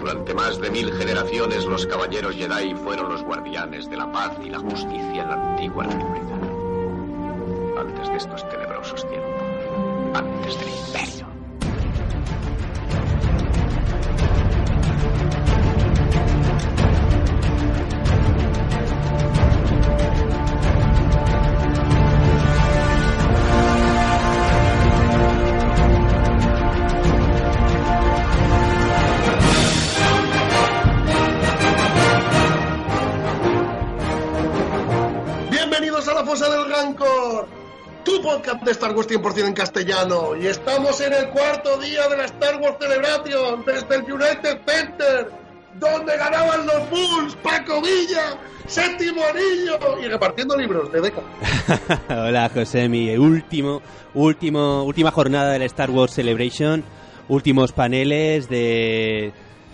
Durante más de 1000 generaciones, los caballeros Jedi fueron los guardianes de la paz y la justicia en la antigua antigüedad. Antes de estos tenebrosos tiempos, antes del Imperio. Del Rancor, tu podcast de Star Wars 100% en castellano, y estamos en el cuarto día de la Star Wars Celebration desde el United Center, donde ganaban los Bulls, Paco Villa, séptimo anillo y repartiendo libros de Deca. Hola Josemi, última jornada del Star Wars Celebration, últimos paneles de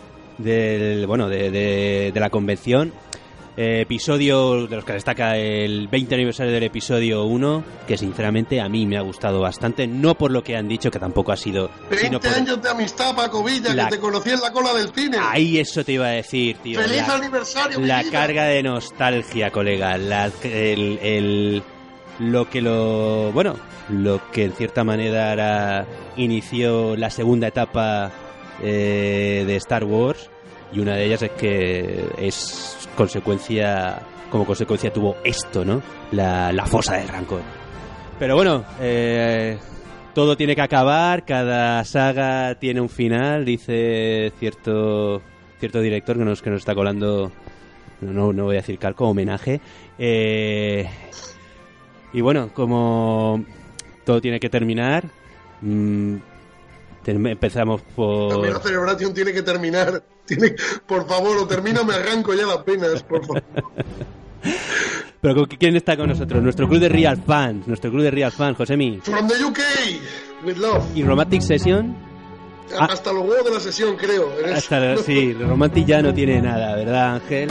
la convención. Episodio de los que destaca el 20 aniversario del episodio 1, que sinceramente a mí me ha gustado bastante, no por lo que han dicho, que tampoco ha sido... 20 años de amistad, Paco Villa, que te conocí en la cola del cine. Ahí eso te iba a decir, tío. ¡Feliz aniversario, mi La vida! Carga de nostalgia, colega. Lo que en cierta manera inició la segunda etapa de Star Wars, y una de ellas es que como consecuencia tuvo esto, ¿no? La fosa del Rancor. Pero bueno, todo tiene que acabar, cada saga tiene un final, dice cierto director que nos está colando, no voy a decir calco, homenaje. Y bueno, como todo tiene que terminar, empezamos por... También la celebración tiene que terminar. Por favor, o termina o me arranco ya las penas, por favor. Pero ¿quién está con nosotros? Nuestro club de Real Fans, Josemi. From the UK, with love. ¿Y Romantic Session? Hasta los huevos de la sesión, creo. Sí, Romantic ya no tiene nada, ¿verdad, Ángel?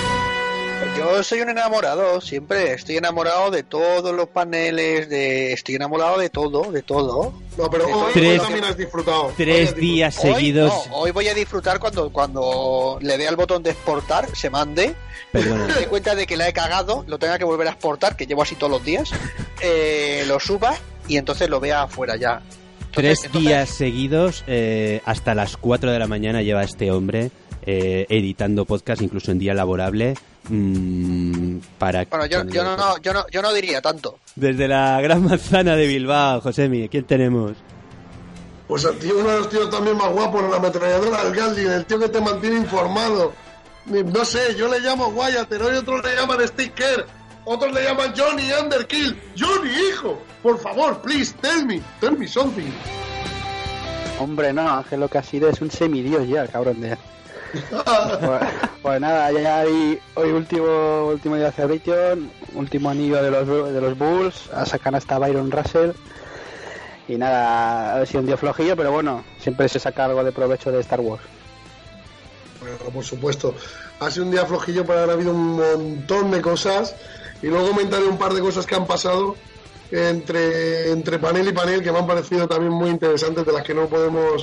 Yo soy un enamorado, siempre estoy enamorado de todos los paneles, estoy enamorado de todo. No, pero hoy también has disfrutado. 3 días seguidos. Hoy voy a disfrutar cuando le dé al botón de exportar, se mande, me dé cuenta de que la he cagado, lo tenga que volver a exportar, que llevo así todos los días, lo suba y entonces lo vea afuera ya. Tres días seguidos, hasta las 4 de la mañana lleva este hombre editando podcast, incluso en día laborable. Bueno, yo no diría tanto. Desde la Gran Manzana de Bilbao, Josemi, ¿quién tenemos? Pues el tío, uno de los tíos también más guapos, la ametralladora del Galdin, el tío que te mantiene informado. No sé, yo le llamo Wyatt, pero otros le llaman Steve Kerr, otros le llaman Johnny Underkill. Johnny, hijo, por favor, please, tell me something. Hombre, no, Ángel lo que ha sido es un semidios ya, el cabrón de... pues nada, ya hay hoy último día de Celebration, último anillo de los Bulls, sacan hasta Byron Russell y nada, ha sido un día flojillo, pero bueno, siempre se saca algo de provecho de Star Wars. Bueno, por supuesto, ha sido un día flojillo, pero ahora ha habido un montón de cosas y luego comentaré un par de cosas que han pasado entre panel y panel que me han parecido también muy interesantes, de las que no podemos,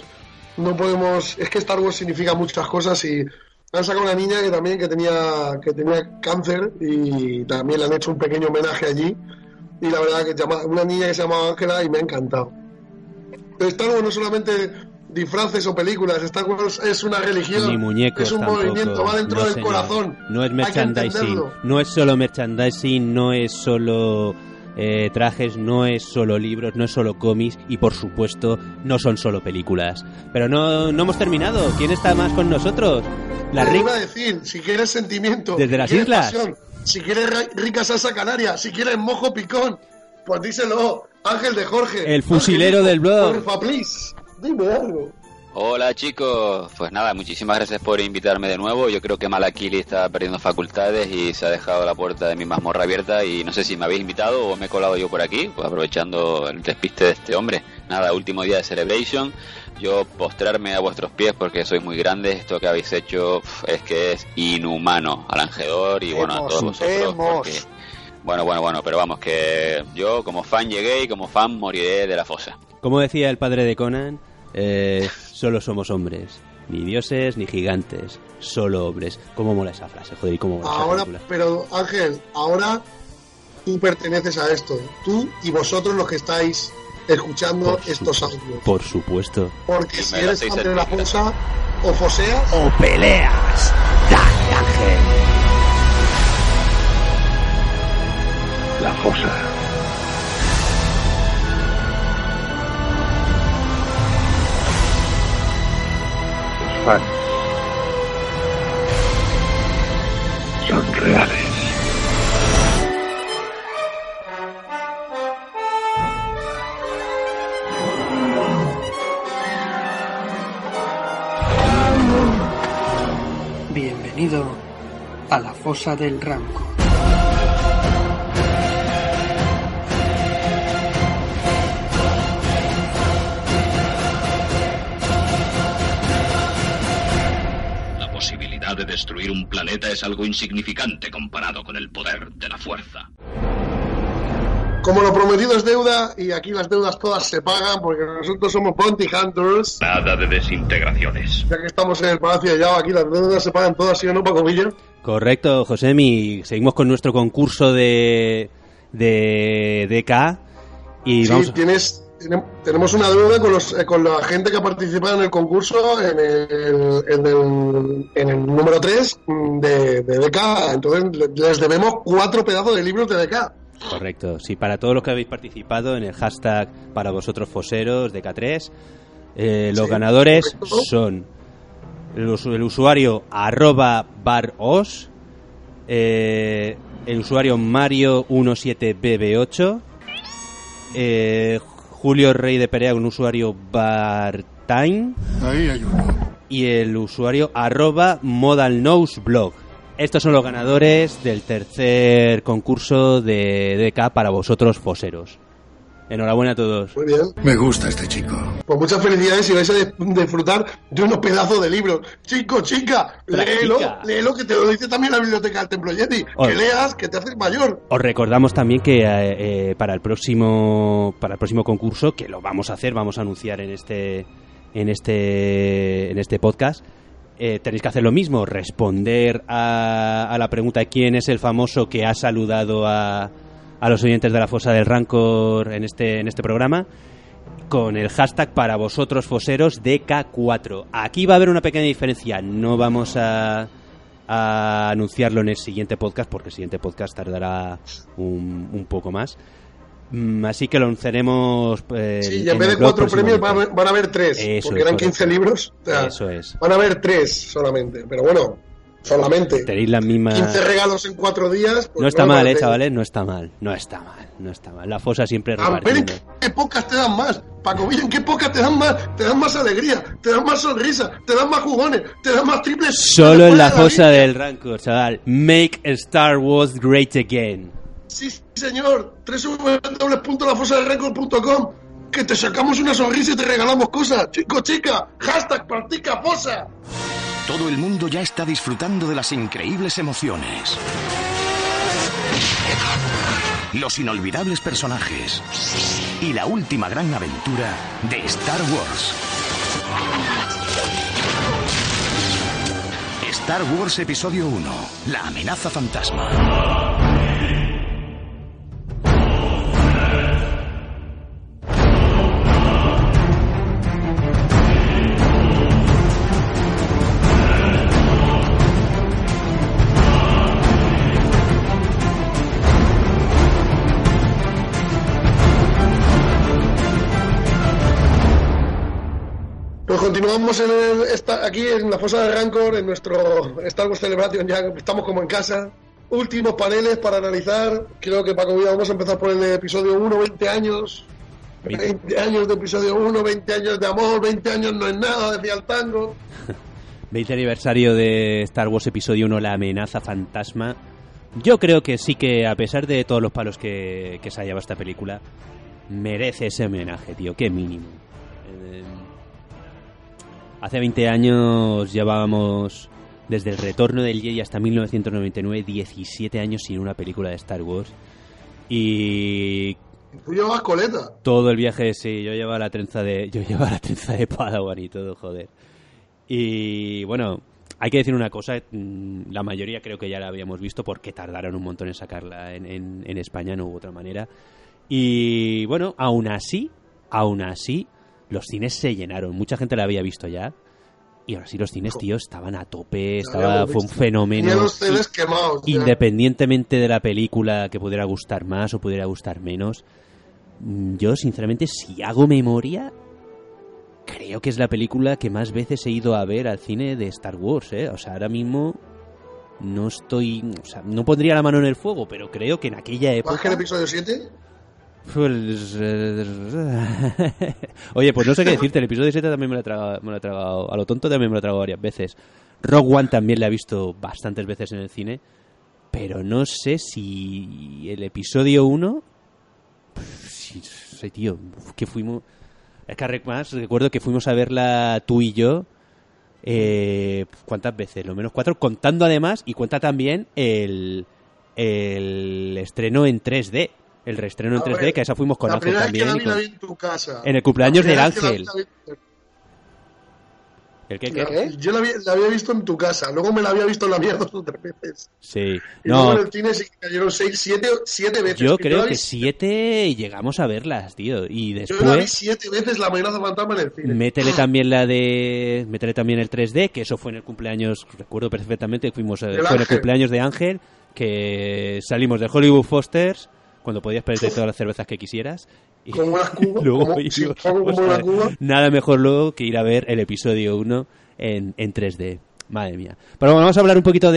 es que Star Wars significa muchas cosas y han sacado una niña que tenía cáncer y también le han hecho un pequeño homenaje allí, y la verdad que una niña que se llamaba Ángela y me ha encantado. Star Wars no solamente disfraces o películas, Star Wars es una religión, ni muñecos, es un tampoco, movimiento, va dentro del señor. Corazón. No es merchandising, no es solo merchandising, no es solo trajes, no es solo libros, no es solo cómics y por supuesto no son solo películas. Pero no hemos terminado. ¿Quién está más con nosotros? Iba a decir, si quieres sentimiento, desde las islas, pasión, si quieres rica salsa canaria, si quieres mojo picón, pues díselo, Ángel de Jorge, el fusilero del blog. Porfa, please, dime algo. Hola chicos, pues nada, muchísimas gracias por invitarme de nuevo. Yo creo que Malakili está perdiendo facultades y se ha dejado la puerta de mi mazmorra abierta y no sé si me habéis invitado o me he colado yo por aquí, pues aprovechando el despiste de este hombre. Nada, último día de Celebration, yo postrarme a vuestros pies porque sois muy grandes, esto que habéis hecho es que es inhumano, al Angedor y bueno, a todos vosotros porque... Bueno, pero vamos, que yo como fan llegué y como fan moriré de la fosa. Como decía el padre de Conan, solo somos hombres. Ni dioses ni gigantes, solo hombres. ¿Cómo mola esa frase? Joder, ¿y cómo mola esa Ahora, película? pero Ángel, ahora tú perteneces a esto. Tú y vosotros los que estáis escuchando estos audios. Por supuesto. Porque Y si me la eres hacéis fan de la sentir. fosa, o foseas, ¡O peleas! ¡Dale, Ángel! La fosa. Los fans son reales. Bienvenido a la fosa del Rancor. La posibilidad de destruir un planeta es algo insignificante comparado con el poder de la fuerza. como lo prometido es deuda, y aquí las deudas todas se pagan, porque nosotros somos Bounty Hunters. Nada de desintegraciones. Ya que estamos en el Palacio de Java, aquí las deudas se pagan todas, ¿sí o no, Paco Villa? Correcto, Josemi. Seguimos con nuestro concurso de DK. Y Sí, vamos... tenemos una deuda con la gente que ha participado en el concurso en el número 3 de DK. Entonces les debemos 4 pedazos de libros de DK. Correcto, sí, para todos los que habéis participado en el hashtag para vosotros foseros DK3, los ganadores correcto. son el usuario @baros, el usuario Mario17bb8, Julio Rey de Perea, un usuario Bartime, Ahí hay uno. y el usuario @modalnoseblog. Estos son los ganadores del tercer concurso de DK para vosotros foseros. Enhorabuena a todos. Muy bien. Me gusta este chico. Pues muchas felicidades y vais a disfrutar de unos pedazos de libros. Chico, chica, Practica. léelo, que te lo dice también la biblioteca del Templo Yeti. Oye. Que leas, que te haces mayor. Os recordamos también que para el próximo concurso, que lo vamos a hacer, vamos a anunciar en este podcast, tenéis que hacer lo mismo, responder a la pregunta de quién es el famoso que ha saludado a los oyentes de la Fosa del Rancor en este programa, con el hashtag para vosotros foseros DK4. Aquí va a haber una pequeña diferencia, no vamos a anunciarlo en el siguiente podcast, porque el siguiente podcast tardará un poco más. Así que lo anunciaremos. Sí, y en vez de 4 premios van a haber 3. Eso porque es, eran correcto. 15 libros. O sea, Eso es. Van a haber 3 solamente. Pero bueno, solamente. Tenéis las mismas. 15 regalos en 4 días. Pues No está no mal, vale. chavales, no está mal. No está mal. La Fosa siempre A ver, repartiendo. ¿en qué pocas te dan más? Paco Villa, ¿en qué pocas te dan más? Te dan más alegría, te dan más sonrisa, te dan más jugones, te dan más triples. Solo en la después de Fosa vida. del Rancor, chaval. Make Star Wars great again. Sí, señor. www.lafosadelrecord.com. Que te sacamos una sonrisa y te regalamos cosas. Chico, chica, hashtag practica fosa. Todo el mundo ya está disfrutando de las increíbles emociones, los inolvidables personajes y la última gran aventura de Star Wars. Star Wars Episodio 1, La amenaza fantasma. Pues continuamos aquí en la Fosa del Rancor, en nuestro Star Wars Celebration. Ya estamos como en casa. Últimos paneles para analizar. Creo que, Paco Villa, vamos a empezar por el episodio 1, 20 años. 20 años de episodio 1, 20 años de amor, 20 años no es nada, decía el tango. 20 aniversario de Star Wars Episodio 1, La amenaza fantasma. Yo creo que sí que, a pesar de todos los palos que se ha llevado esta película, merece ese homenaje, tío. Qué mínimo. Hace 20 años llevábamos, desde el retorno del Jedi hasta 1999, 17 años sin una película de Star Wars. Y Tú llevabas coleta. todo el viaje, sí, yo llevaba la trenza de Padawan y todo, joder. Y bueno, hay que decir una cosa, la mayoría creo que ya la habíamos visto porque tardaron un montón en sacarla en España, no hubo otra manera. Y bueno, aún así, los cines se llenaron, mucha gente la había visto ya. Y ahora sí los cines, tío, estaban a tope, fue un fenómeno. Los CDs quemados, independientemente de la película que pudiera gustar más o pudiera gustar menos. Yo, sinceramente, si hago memoria, creo que es la película que más veces he ido a ver al cine de Star Wars, ¿eh? O sea, ahora mismo no estoy... O sea, no pondría la mano en el fuego, pero creo que en aquella época... ¿Más que el episodio 7? Oye, pues no sé qué decirte, el episodio 7 también me lo he tragado, a lo tonto también me lo he tragado varias veces. Rogue One también la he visto bastantes veces en el cine, pero no sé si el episodio 1... Sí, tío, que fuimos... Es que más recuerdo que fuimos a verla tú y yo, ¿cuántas veces? Lo menos 4, contando además, y cuenta también el estreno en 3D. El reestreno en 3D, que a esa fuimos con Ángel también. La vi en tu casa. En el cumpleaños del Ángel. ¿El qué? Yo la había visto en tu casa, luego me la había visto en la mía 2 o 3 veces. Sí. Y luego en el cine se cayeron 7 veces. Yo creo que 7 llegamos a verlas, tío. Y después... Yo la vi 7 veces la amenaza fantasma en el cine. Métele también el 3D, que eso fue en el cumpleaños, recuerdo perfectamente, fue en el cumpleaños de Ángel, que salimos de Hollywood Fosters, cuando podías pedirte todas las cervezas que quisieras. Y como una cuba, luego como una cuba. Nada mejor luego que ir a ver el episodio 1 en 3D. Madre mía. Pero bueno, vamos a hablar un poquito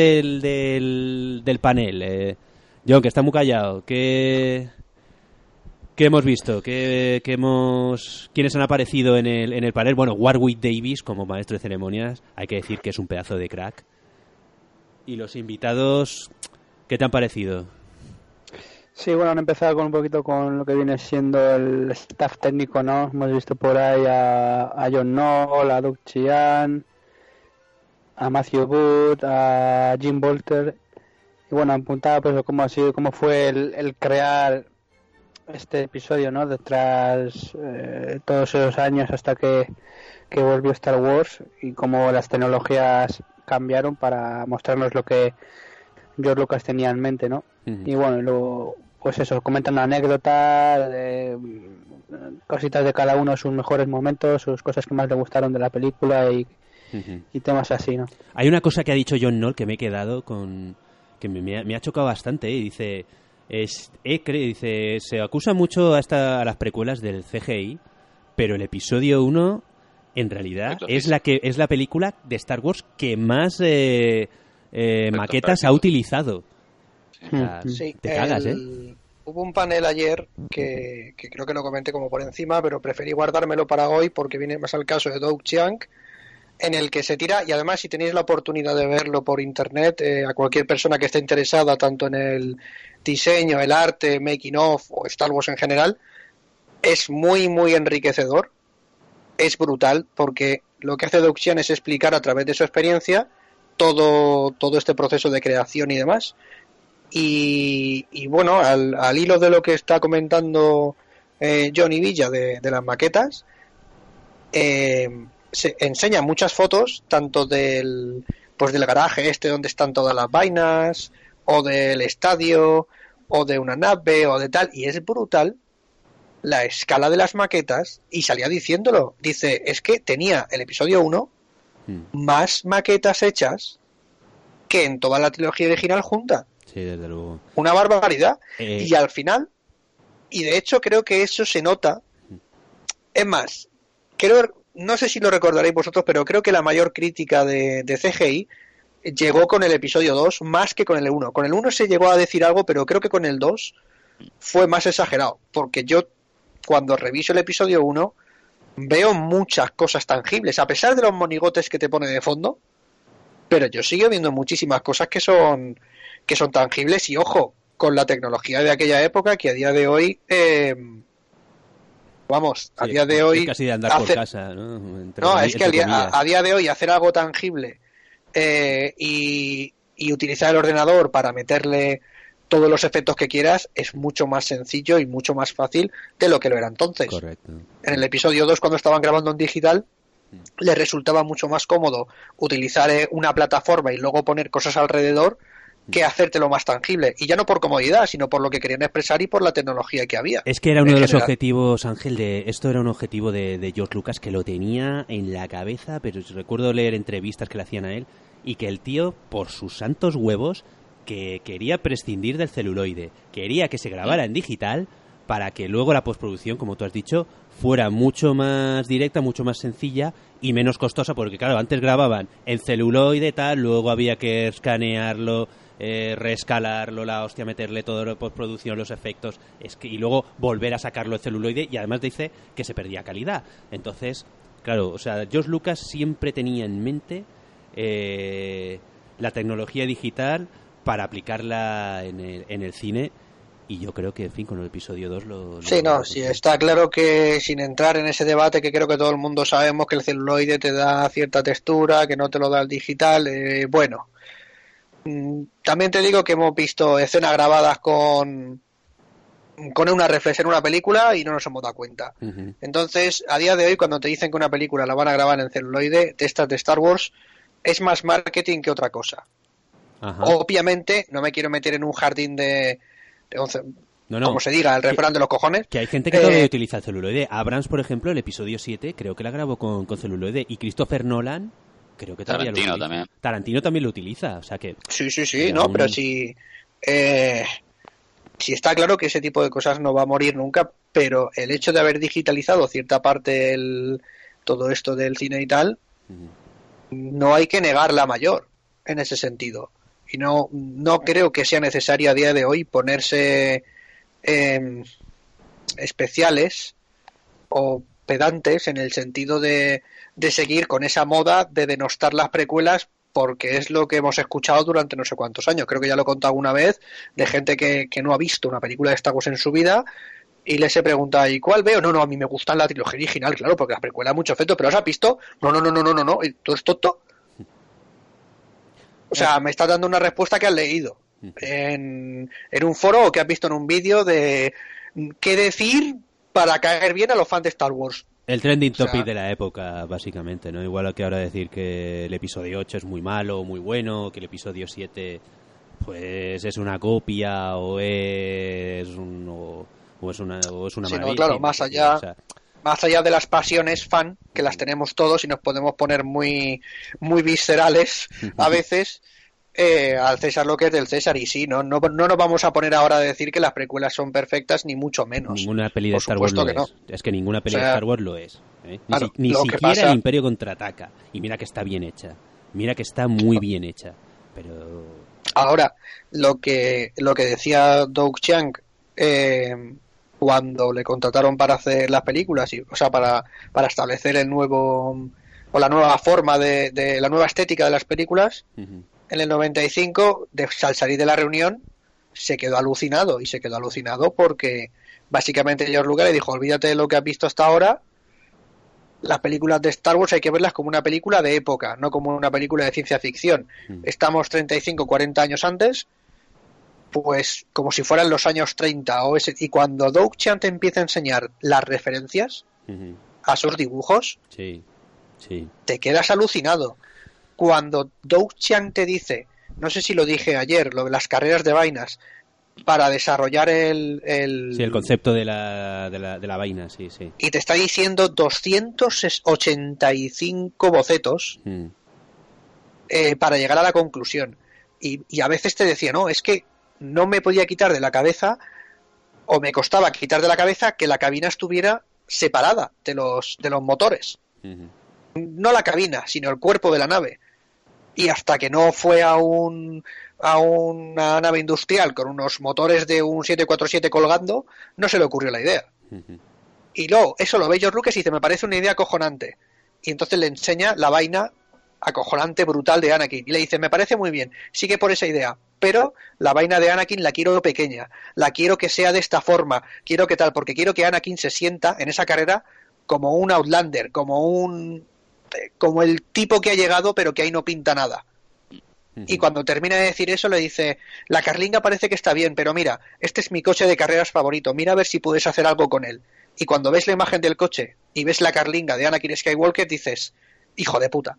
del panel. John, que está muy callado. ¿Qué hemos visto? ¿Quiénes han aparecido en el panel? Bueno, Warwick Davis como maestro de ceremonias. Hay que decir que es un pedazo de crack. Y los invitados, ¿qué te han parecido? Sí, bueno, han empezado con un poquito con lo que viene siendo el staff técnico, ¿no? Hemos visto por ahí a John Knoll, a Doug Chiang, a Matthew Booth, a Jim Bolter. Y bueno, apuntaba pues cómo fue el crear este episodio, ¿no? Detrás todos esos años hasta que volvió Star Wars y cómo las tecnologías cambiaron para mostrarnos lo que George Lucas tenía en mente, ¿no? Uh-huh. Y bueno, luego pues eso, comentan anécdotas, cositas de cada uno, sus mejores momentos, sus cosas que más le gustaron de la película y temas así, ¿no? Hay una cosa que ha dicho John Knoll que me he quedado con... que me ha chocado bastante, dice... dice, se acusa mucho a las precuelas del CGI, pero el episodio 1 en realidad es la película de Star Wars que más maquetas ha utilizado. Sí, te cagas, Hubo un panel ayer que creo que lo comenté como por encima, pero preferí guardármelo para hoy porque viene más al caso de Doug Chiang, en el que se tira, y además si tenéis la oportunidad de verlo por internet, a cualquier persona que esté interesada tanto en el diseño, el arte, making of o Star Wars en general, es muy muy enriquecedor, es brutal, porque lo que hace Doug Chiang es explicar a través de su experiencia todo este proceso de creación y demás. Y bueno, al hilo de lo que está comentando Johnny Villa de las maquetas, se enseñan muchas fotos, tanto del garaje donde están todas las vainas, o del estadio, o de una nave, o de tal, y es brutal la escala de las maquetas, y salía diciéndolo, dice, es que tenía el episodio 1 más maquetas hechas que en toda la trilogía original junta. Sí, desde luego. Una barbaridad. Y al final, y de hecho creo que eso se nota, es más, no sé si lo recordaréis vosotros, pero creo que la mayor crítica de CGI llegó con el episodio 2 más que con el 1. Con el 1 se llegó a decir algo, pero creo que con el 2 fue más exagerado, porque yo cuando reviso el episodio 1 veo muchas cosas tangibles, a pesar de los monigotes que te pone de fondo, pero yo sigo viendo muchísimas cosas que son tangibles, y ojo, con la tecnología de aquella época, que a día de hoy a día de hoy casi de andar por casa, ¿no? Es que a día de hoy hacer algo tangible y utilizar el ordenador para meterle todos los efectos que quieras es mucho más sencillo y mucho más fácil de lo que lo era entonces. Correcto. En el episodio 2, cuando estaban grabando en digital, le resultaba mucho más cómodo utilizar una plataforma y luego poner cosas alrededor que hacértelo más tangible. Y ya no por comodidad, sino por lo que querían expresar y por la tecnología que había. Es que era uno de los objetivos, Ángel, esto era un objetivo de George Lucas que lo tenía en la cabeza, pero recuerdo leer entrevistas que le hacían a él y que el tío, por sus santos huevos, que quería prescindir del celuloide, quería que se grabara en digital para que luego la postproducción, como tú has dicho, fuera mucho más directa, mucho más sencilla y menos costosa, porque claro, antes grababan en celuloide tal, luego había que escanearlo, reescalarlo, meterle todo la postproducción, los efectos, y luego volver a sacarlo en celuloide, y además dice que se perdía calidad. Entonces, claro, o sea, George Lucas siempre tenía en mente la tecnología digital para aplicarla en el cine, y yo creo que, en fin, con el episodio 2 sí, está claro que sin entrar en ese debate que creo que todo el mundo sabemos que el celuloide te da cierta textura, que no te lo da el digital, bueno. También te digo que hemos visto escenas grabadas con una reflexión en una película y no nos hemos dado cuenta. Uh-huh. Entonces, a día de hoy, cuando te dicen que una película la van a grabar en celuloide, de estas de Star Wars, es más marketing que otra cosa. Uh-huh. Obviamente, no me quiero meter en un jardín de como se diga, el refrán de los cojones. Que hay gente que todavía utiliza el celuloide. Abrams, por ejemplo, el episodio 7, creo que la grabó con celuloide. Y Christopher Nolan, creo que todavía Tarantino también. Tarantino también lo utiliza, o sea que... Sí, no, pero sí está claro que ese tipo de cosas no va a morir nunca, pero el hecho de haber digitalizado cierta parte todo esto del cine y tal, no hay que negar la mayor en ese sentido. Y no creo que sea necesario a día de hoy ponerse especiales o pedantes en el sentido de seguir con esa moda de denostar las precuelas, porque es lo que hemos escuchado durante no sé cuántos años. Creo que ya lo he contado una vez, de gente que no ha visto una película de Star Wars en su vida y les he preguntado, ¿y cuál veo? No, a mí me gusta la trilogía original, claro, porque las precuelas mucho efecto, pero ¿las has visto? No, ¿tú eres tonto? O sea, me estás dando una respuesta que has leído en un foro o que has visto en un vídeo de qué decir para caer bien a los fans de Star Wars. El trending topic de la época, básicamente, ¿no? Igual que ahora decir que el episodio 8 es muy malo o muy bueno, que el episodio 7 pues es una copia o es una maravilla. No, claro, más allá de las pasiones fan, que las tenemos todos y nos podemos poner muy, muy viscerales a veces, al César lo que es del César. Y sí, no nos vamos a poner ahora a decir que las precuelas son perfectas, ni mucho menos. Ninguna peli de Star Wars lo es. Es que ninguna peli de Star Wars lo es. Claro, ni siquiera el Imperio Contraataca. Y mira que está bien hecha. Mira que está muy bien hecha. Pero... Ahora, lo que decía Doug Chiang cuando le contrataron para hacer las películas, para establecer el nuevo o la nueva forma de la nueva estética de las películas, en el 95, al salir de la reunión, se quedó alucinado porque básicamente George Lucas le dijo, olvídate de lo que has visto hasta ahora, las películas de Star Wars hay que verlas como una película de época, no como una película de ciencia ficción. Estamos 35, 40 años antes, pues como si fueran los años 30 y cuando Doug Chiang te empieza a enseñar las referencias a sus dibujos, te quedas alucinado. Cuando Doug Chiang te dice, no sé si lo dije ayer, lo de las carreras de vainas para desarrollar el concepto de la vaina, sí. Y te está diciendo 285 bocetos para llegar a la conclusión. Y a veces te decía, no, es que no me podía quitar de la cabeza, o me costaba quitar de la cabeza que la cabina estuviera separada de los motores. No la cabina, sino el cuerpo de la nave. Y hasta que no fue a una nave industrial con unos motores de un 747 colgando, no se le ocurrió la idea. Y luego, eso lo ve George Lucas y dice, me parece una idea acojonante. Y entonces le enseña la vaina acojonante, brutal de Anakin. Y le dice, me parece muy bien, sigue por esa idea, pero la vaina de Anakin la quiero pequeña, la quiero que sea de esta forma, quiero que tal, porque quiero que Anakin se sienta en esa carrera como un Outlander, como el tipo que ha llegado pero que ahí no pinta nada. Y cuando termina de decir eso le dice, la carlinga parece que está bien, pero mira, este es mi coche de carreras favorito, mira a ver si puedes hacer algo con él. y cuando ves la imagen del coche y ves la carlinga de Anakin Skywalker dices, hijo de puta.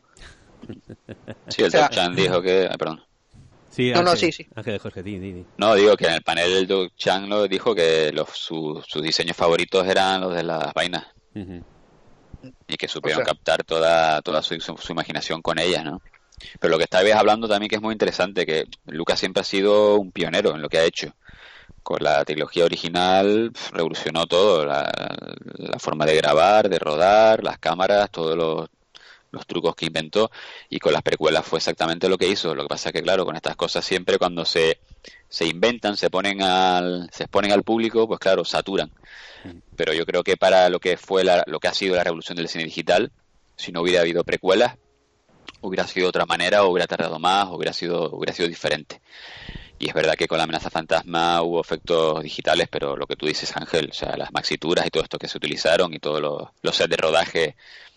Sí, el Doug Chan dijo que... perdón. Sí, sí. Ángel, Jorge, di. No, digo que en el panel el Doug Chan lo dijo que sus diseños favoritos eran los de las vainas. Uh-huh. Y que supieron captar toda su imaginación con ellas, ¿no? Pero lo que estabais hablando también que es muy interesante, que Lucas siempre ha sido un pionero en lo que ha hecho. Con la trilogía original revolucionó todo, la forma de grabar, de rodar, las cámaras, todos los trucos que inventó, y con las precuelas fue exactamente lo que hizo. Lo que pasa es que, claro, con estas cosas siempre cuando se inventan, se exponen al público, pues claro, saturan. Pero yo creo que para lo que fue lo que ha sido la revolución del cine digital, si no hubiera habido precuelas, hubiera sido de otra manera, o hubiera tardado más, o hubiera sido diferente. Y es verdad que con la amenaza fantasma hubo efectos digitales, pero lo que tú dices, Ángel, o sea, las maxituras y todo esto que se utilizaron y todos los sets de rodaje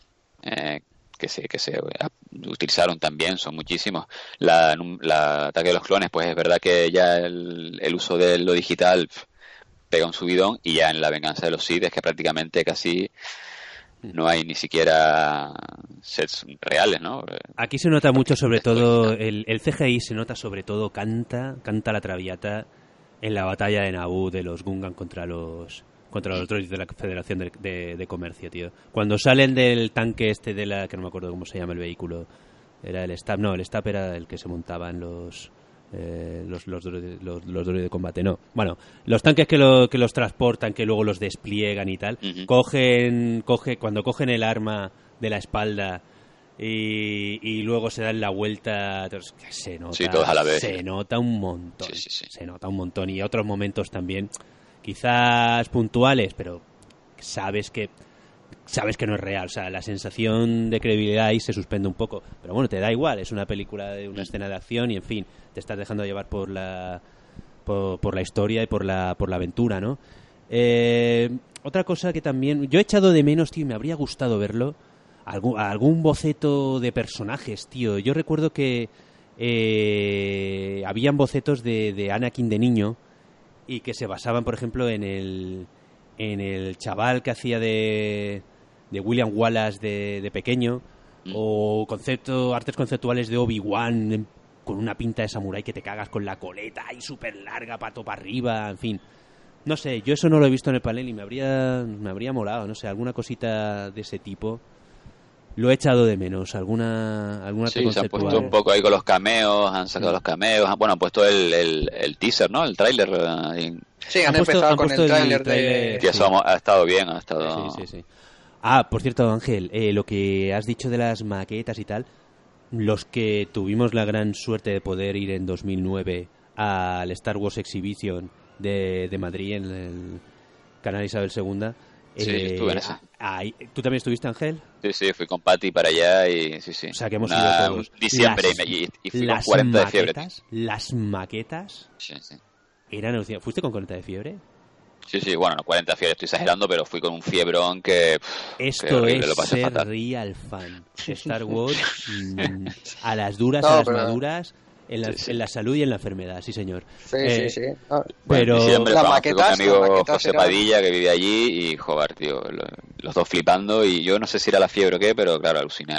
que se utilizaron también son muchísimos. La Ataque de los Clones, pues es verdad que ya el uso de lo digital pega un subidón, y ya en La Venganza de los Sith es que prácticamente casi no hay ni siquiera sets reales, ¿no? Aquí se nota mucho, sobre todo, el CGI se nota sobre todo, canta la Traviata en la batalla de Naboo de los Gungan contra los droids de la Federación de Comercio, tío. Cuando salen del tanque este que no me acuerdo cómo se llama el vehículo, era el Stab, no, el Stab era el que se montaban los droides de combate, no. Bueno, los tanques que los transportan, que luego los despliegan y tal, cuando cogen el arma de la espalda y luego se dan la vuelta, se nota, sí, todos a la vez. Se nota un montón, sí. Se nota un montón, y otros momentos también, quizás puntuales, pero sabes que no es real, o sea, la sensación de credibilidad ahí se suspende un poco, pero bueno, te da igual, es una película de una escena de acción y en fin, te estás dejando llevar por la historia y por la aventura, ¿no? Otra cosa que también yo he echado de menos, tío, y me habría gustado verlo, algún boceto de personajes, tío. Yo recuerdo que habían bocetos de Anakin de niño y que se basaban, por ejemplo, en el chaval que hacía de William Wallace de pequeño, o artes conceptuales de Obi-Wan con una pinta de samurái que te cagas, con la coleta ahí súper larga, pato para arriba, en fin. No sé, yo eso no lo he visto en el panel y me habría molado, no sé, alguna cosita de ese tipo. Lo he echado de menos, alguna sí, se han puesto un poco ahí con los cameos, han sacado los cameos, bueno, han puesto el teaser, ¿no? El tráiler. Sí, han empezado con el tráiler de... Sí, eso ha estado bien, ha estado... Sí. Ah, por cierto, Ángel, lo que has dicho de las maquetas y tal, los que tuvimos la gran suerte de poder ir en 2009 al Star Wars Exhibition de Madrid, en el canal Isabel II... Sí, estuve en esa. ¿Tú también estuviste, Ángel? Sí, fui con Pati para allá y sí. O sea, que hemos ido todos. Diciembre y fui con 40 de fiebre. Las maquetas sí. eran... ¿Fuiste con 40 de fiebre? Sí, bueno, no 40 de fiebre, estoy exagerando, pero fui con un fiebrón que... Esto es lo pasé ser fatal. Real fan. Star Wars a las duras, a las maduras... En la salud y en la enfermedad, sí señor. Sí. Pero la maqueta, mi amigo José Padilla, que vivía allí, y joder, tío, los dos flipando, y yo no sé si era la fiebre o qué, pero claro, aluciné.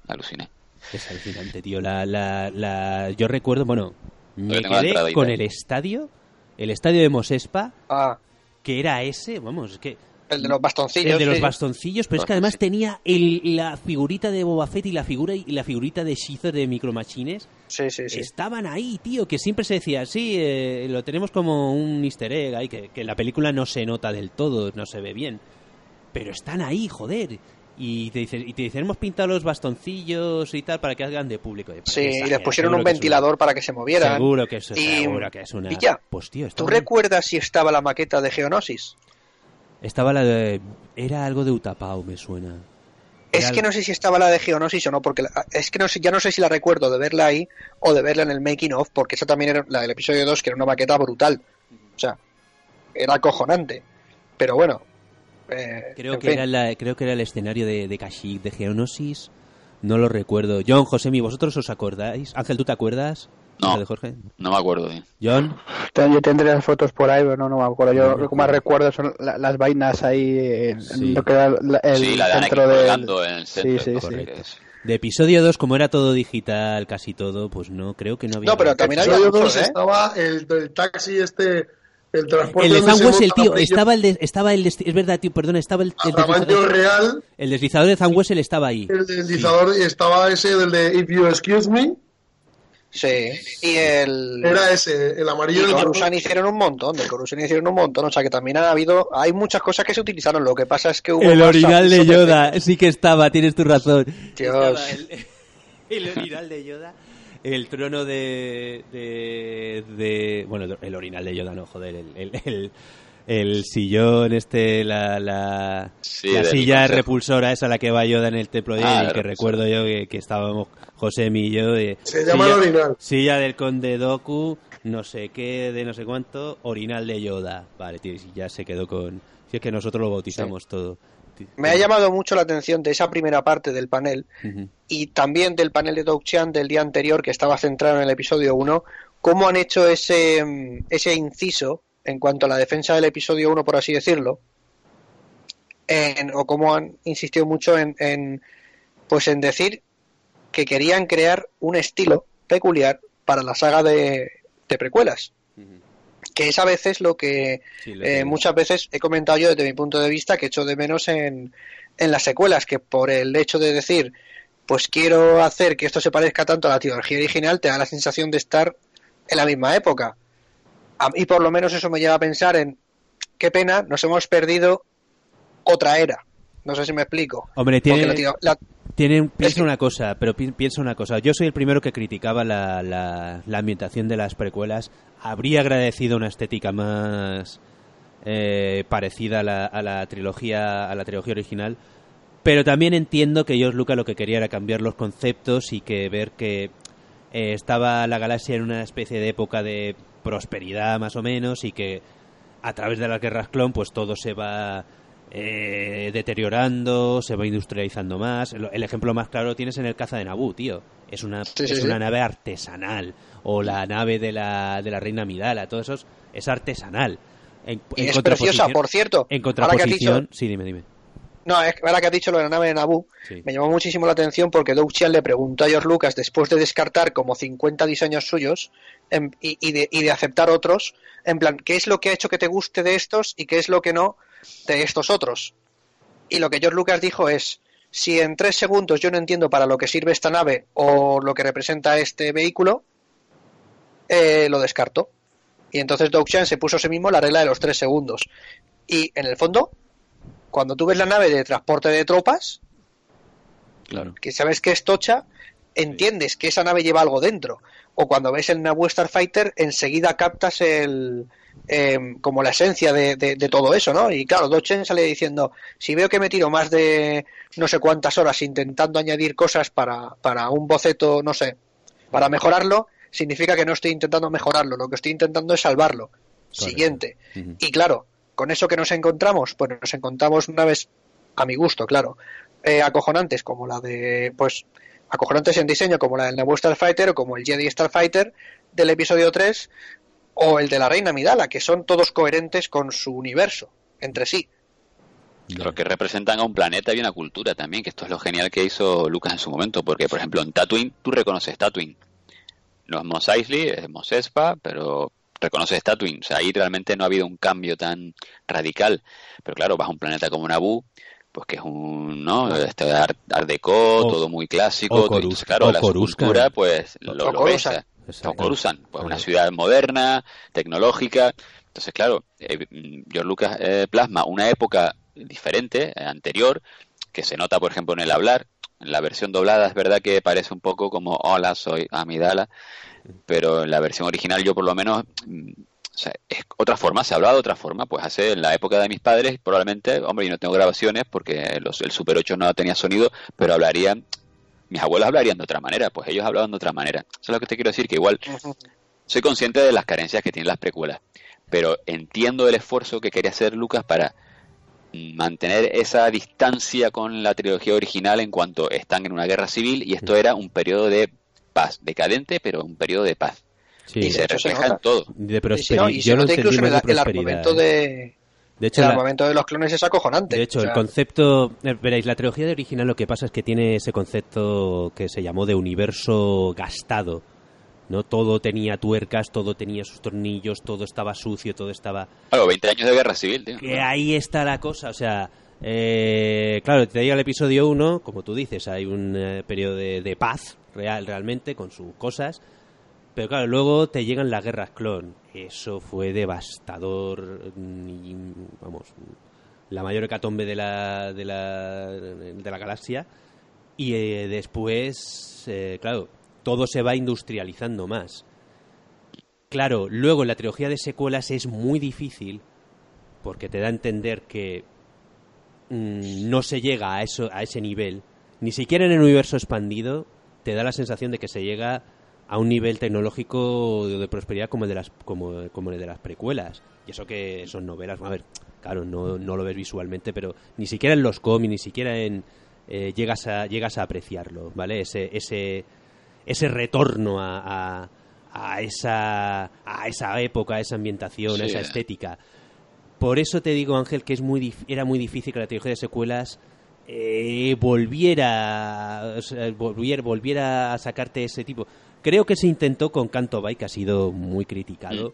Es alucinante, tío. Yo recuerdo, bueno, me quedé con el estadio de Mos Espa, que era ese, vamos, que... El de los bastoncillos. El de los bastoncillos, pero es que además tenía la figurita de Boba Fett y la figurita de Shizor de Micro Machines. Sí. Estaban ahí, tío, que siempre se decía, sí, lo tenemos como un easter egg ahí, que en la película no se nota del todo, no se ve bien. Pero están ahí, joder. Y te dicen, hemos pintado los bastoncillos y tal para que hagan de público. Sí, y les pusieron un ventilador para que se movieran. Seguro que es una... Pilla, pues, tío, ¿tú recuerdas si estaba la maqueta de Geonosis? Estaba era algo de Utapau, me suena. Es que no sé si estaba la de Geonosis o no, porque es que ya no sé si la recuerdo de verla ahí o de verla en el making of, porque esa también era la del episodio 2, que era una maqueta brutal. O sea, era acojonante. Pero bueno. Creo que era el escenario de Kashyyyk, de Geonosis. No lo recuerdo. John, Josemi, ¿vosotros os acordáis? Ángel, ¿tú te acuerdas? No, de Jorge? No me acuerdo bien. ¿John? Yo tendré las fotos por ahí, pero no me acuerdo. Yo lo que más recuerdo son las vainas ahí en lo que era el centro en el centro. Sí. De episodio 2, como era todo digital, casi todo, pues no, creo que no había... No, pero también había episodio muchos, 2 estaba el taxi el transporte... El de donde se Zangwes, monta la estaba el es verdad, tío, perdona, estaba el tamaño real. El deslizador de Zangwes estaba ahí. El deslizador estaba ese del de If You Excuse Me. Sí, y era ese, el amarillo. Y Coruscant hicieron un montón, o sea que también hay muchas cosas que se utilizaron, lo que pasa es que hubo el orinal de Yoda, sí que estaba, tienes tu razón. Dios. El orinal de Yoda, el trono de bueno, el orinal de Yoda no, joder, el sillón la silla repulsora esa a la que va Yoda en el templo de Jedi, que recuerdo yo que estábamos José y yo se llama el orinal, silla del conde Dooku, no sé qué, de no sé cuánto, orinal de Yoda, vale, tío, ya se quedó con, si es que nosotros lo bautizamos todo. Me ha llamado mucho la atención de esa primera parte del panel, y también del panel de Doug Chan del día anterior, que estaba centrado en el episodio 1, cómo han hecho ese inciso en cuanto a la defensa del episodio 1, por así decirlo, o cómo han insistido mucho en decir que querían crear un estilo peculiar para la saga de precuelas. Que es a veces lo que muchas veces he comentado yo desde mi punto de vista, que echo de menos en las secuelas, que por el hecho de decir, pues quiero hacer que esto se parezca tanto a la trilogía original, te da la sensación de estar en la misma época. A mí por lo menos eso me lleva a pensar en qué pena, nos hemos perdido otra era. No sé si me explico. Hombre, piensa una cosa. Yo soy el primero que criticaba la ambientación de las precuelas. Habría agradecido una estética más parecida a la trilogía original. Pero también entiendo que George Lucas lo que quería era cambiar los conceptos y que ver que estaba la galaxia en una especie de época de prosperidad más o menos, y que a través de las guerras clon pues todo se va deteriorando, se va industrializando más. El ejemplo más claro lo tienes en el caza de Naboo, tío. Es una nave artesanal, o la nave de la reina Amidala, todo eso es artesanal. Y es preciosa, por cierto. En contraposición, sí, dime. No, ahora que has dicho lo de la nave de Naboo, me llamó muchísimo la atención porque Doug Chan le preguntó a George Lucas, después de descartar como 50 diseños suyos y de aceptar otros, en plan, ¿qué es lo que ha hecho que te guste de estos y qué es lo que no de estos otros? Y lo que George Lucas dijo es, si en 3 segundos yo no entiendo para lo que sirve esta nave o lo que representa este vehículo, lo descarto. Y entonces Doug Chan se puso a sí mismo la regla de los 3 segundos. Y en el fondo, cuando tú ves la nave de transporte de tropas, claro, que sabes que es tocha, entiendes que esa nave lleva algo dentro. O cuando ves el Naboo Starfighter, enseguida captas como la esencia de todo eso, ¿no? Y claro, Doug Chan sale diciendo, si veo que me tiro más de no sé cuántas horas intentando añadir cosas para un boceto, no sé, para mejorarlo, significa que no estoy intentando mejorarlo, lo que estoy intentando es salvarlo. Correcto. Siguiente. Y claro, con eso que nos encontramos, pues nos encontramos naves, a mi gusto, claro, acojonantes, como la de, pues, acojonantes en diseño, como la del Naboo Starfighter o como el Jedi Starfighter del episodio 3 o el de la Reina Amidala, que son todos coherentes con su universo, entre sí. Pero que representan a un planeta y una cultura también, que esto es lo genial que hizo Lucas en su momento, porque, por ejemplo, en Tatooine, tú reconoces Tatooine. No es Mos Eisley, es Mos Espa, pero reconoces Tatooine. O sea, ahí realmente no ha habido un cambio tan radical. Pero claro, vas a un planeta como Naboo, pues que es Art Deco, todo muy clásico. Entonces, claro, la cultura, pues lo ves. O Coruscant, pues una ciudad moderna, tecnológica. Entonces, claro, George Lucas plasma una época diferente, anterior, que se nota, por ejemplo, en el hablar. En la versión doblada es verdad que parece un poco como hola, soy Amidala, pero en la versión original yo por lo menos, o sea, es otra forma, se hablaba de otra forma, pues hace en la época de mis padres, probablemente, hombre, yo no tengo grabaciones porque el Super 8 no tenía sonido, pero mis abuelos hablarían de otra manera, pues ellos hablaban de otra manera. Eso es lo que te quiero decir, que igual soy consciente de las carencias que tienen las precuelas, pero entiendo el esfuerzo que quería hacer Lucas para mantener esa distancia con la trilogía original en cuanto están en una guerra civil y esto era un periodo de paz, decadente, pero un periodo de paz. Sí. Y se refleja en todo. De y se nota incluso en el armamento de hecho, el armamento de los clones es acojonante. De hecho, el concepto... Veréis, la trilogía de original lo que pasa es que tiene ese concepto que se llamó de universo gastado, ¿no? Todo tenía tuercas, todo tenía sus tornillos, todo estaba sucio, todo estaba... Claro, 20 años de guerra civil, tío. Que ahí está la cosa, o sea... claro, te llega el episodio 1, como tú dices, hay un periodo de paz realmente, con sus cosas... Pero claro, luego te llegan las guerras clon. Eso fue devastador. Y, vamos, la mayor hecatombe de la galaxia. Y después, claro, todo se va industrializando más. Claro, luego en la trilogía de secuelas es muy difícil, porque te da a entender que no se llega a ese nivel. Ni siquiera en el universo expandido te da la sensación de que se llega a un nivel tecnológico de prosperidad como el de las precuelas. Y eso que son novelas, a ver, claro, no lo ves visualmente, pero ni siquiera en los cómics, ni siquiera llegas a apreciarlo, ¿vale? Ese retorno a esa época, a esa ambientación, sí, a esa estética. Por eso te digo, Ángel, que era muy difícil que la trilogía de secuelas volviera a sacarte ese tipo. Creo que se intentó con Canto Bight, que ha sido muy criticado.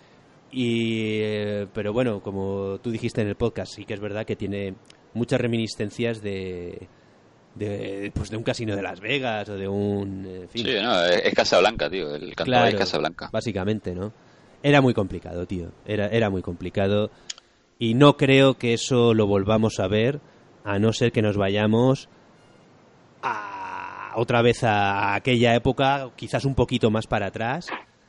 Pero bueno, como tú dijiste en el podcast, sí que es verdad que tiene muchas reminiscencias de un casino de Las Vegas o de un... En fin. Sí, no, es Casablanca, tío. El Canto Bight es Casablanca. Básicamente, ¿no? Era muy complicado, tío. Era muy complicado. Y no creo que eso lo volvamos a ver, a no ser que nos vayamos otra vez a aquella época, quizás un poquito más para atrás,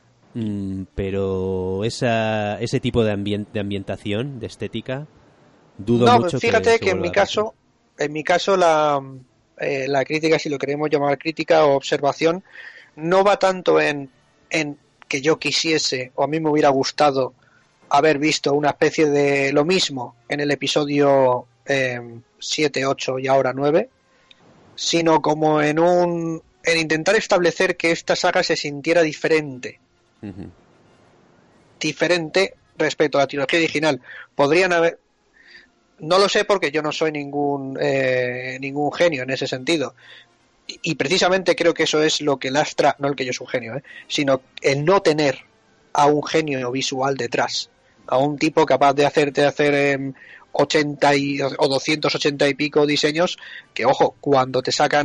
pero ese tipo de ambientación, de estética, dudo mucho. Fíjate que en mi caso la crítica, si lo queremos llamar crítica o observación, no va tanto en que yo quisiese o a mí me hubiera gustado haber visto una especie de lo mismo en el episodio 7, 8 y ahora 9, sino como en intentar establecer que esta saga se sintiera diferente. Uh-huh. Diferente respecto a la trilogía original. Podrían haber... No lo sé porque yo no soy ningún genio en ese sentido. Y precisamente creo que eso es lo que lastra, no el que yo soy un genio, sino el no tener a un genio visual detrás. A un tipo capaz de hacer 80 o 280 y pico diseños que, ojo, cuando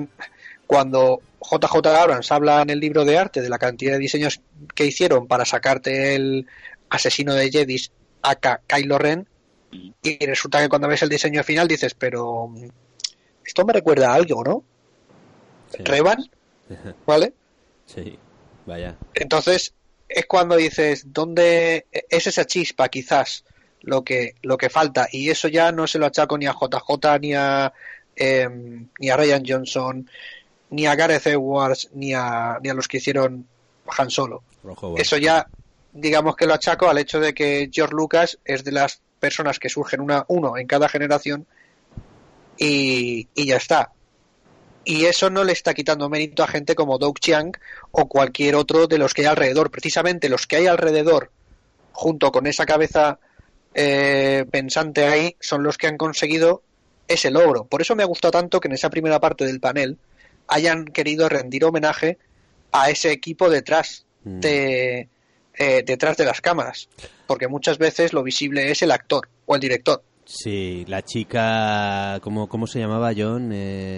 JJ Abrams habla en el libro de arte de la cantidad de diseños que hicieron para sacarte el asesino de Jedis a Kylo Ren, y resulta que cuando ves el diseño final dices, pero esto me recuerda a algo, ¿no? Sí. Revan, ¿vale? Sí, vaya. Entonces es cuando dices, ¿dónde es esa chispa quizás lo que falta? Y eso ya no se lo achaco ni a JJ ni a Rian Johnson ni a Gareth Edwards ni a los que hicieron Han Solo. Eso ya digamos que lo achaco al hecho de que George Lucas es de las personas que surgen uno en cada generación y ya está. Y eso no le está quitando mérito a gente como Doug Chiang o cualquier otro de los que hay alrededor. Precisamente los que hay alrededor, junto con esa cabeza pensante ahí, son los que han conseguido ese logro. Por eso me ha gustado tanto que en esa primera parte del panel hayan querido rendir homenaje a ese equipo detrás de las cámaras, porque muchas veces lo visible es el actor o el director. Sí, la chica, ¿cómo se llamaba, John?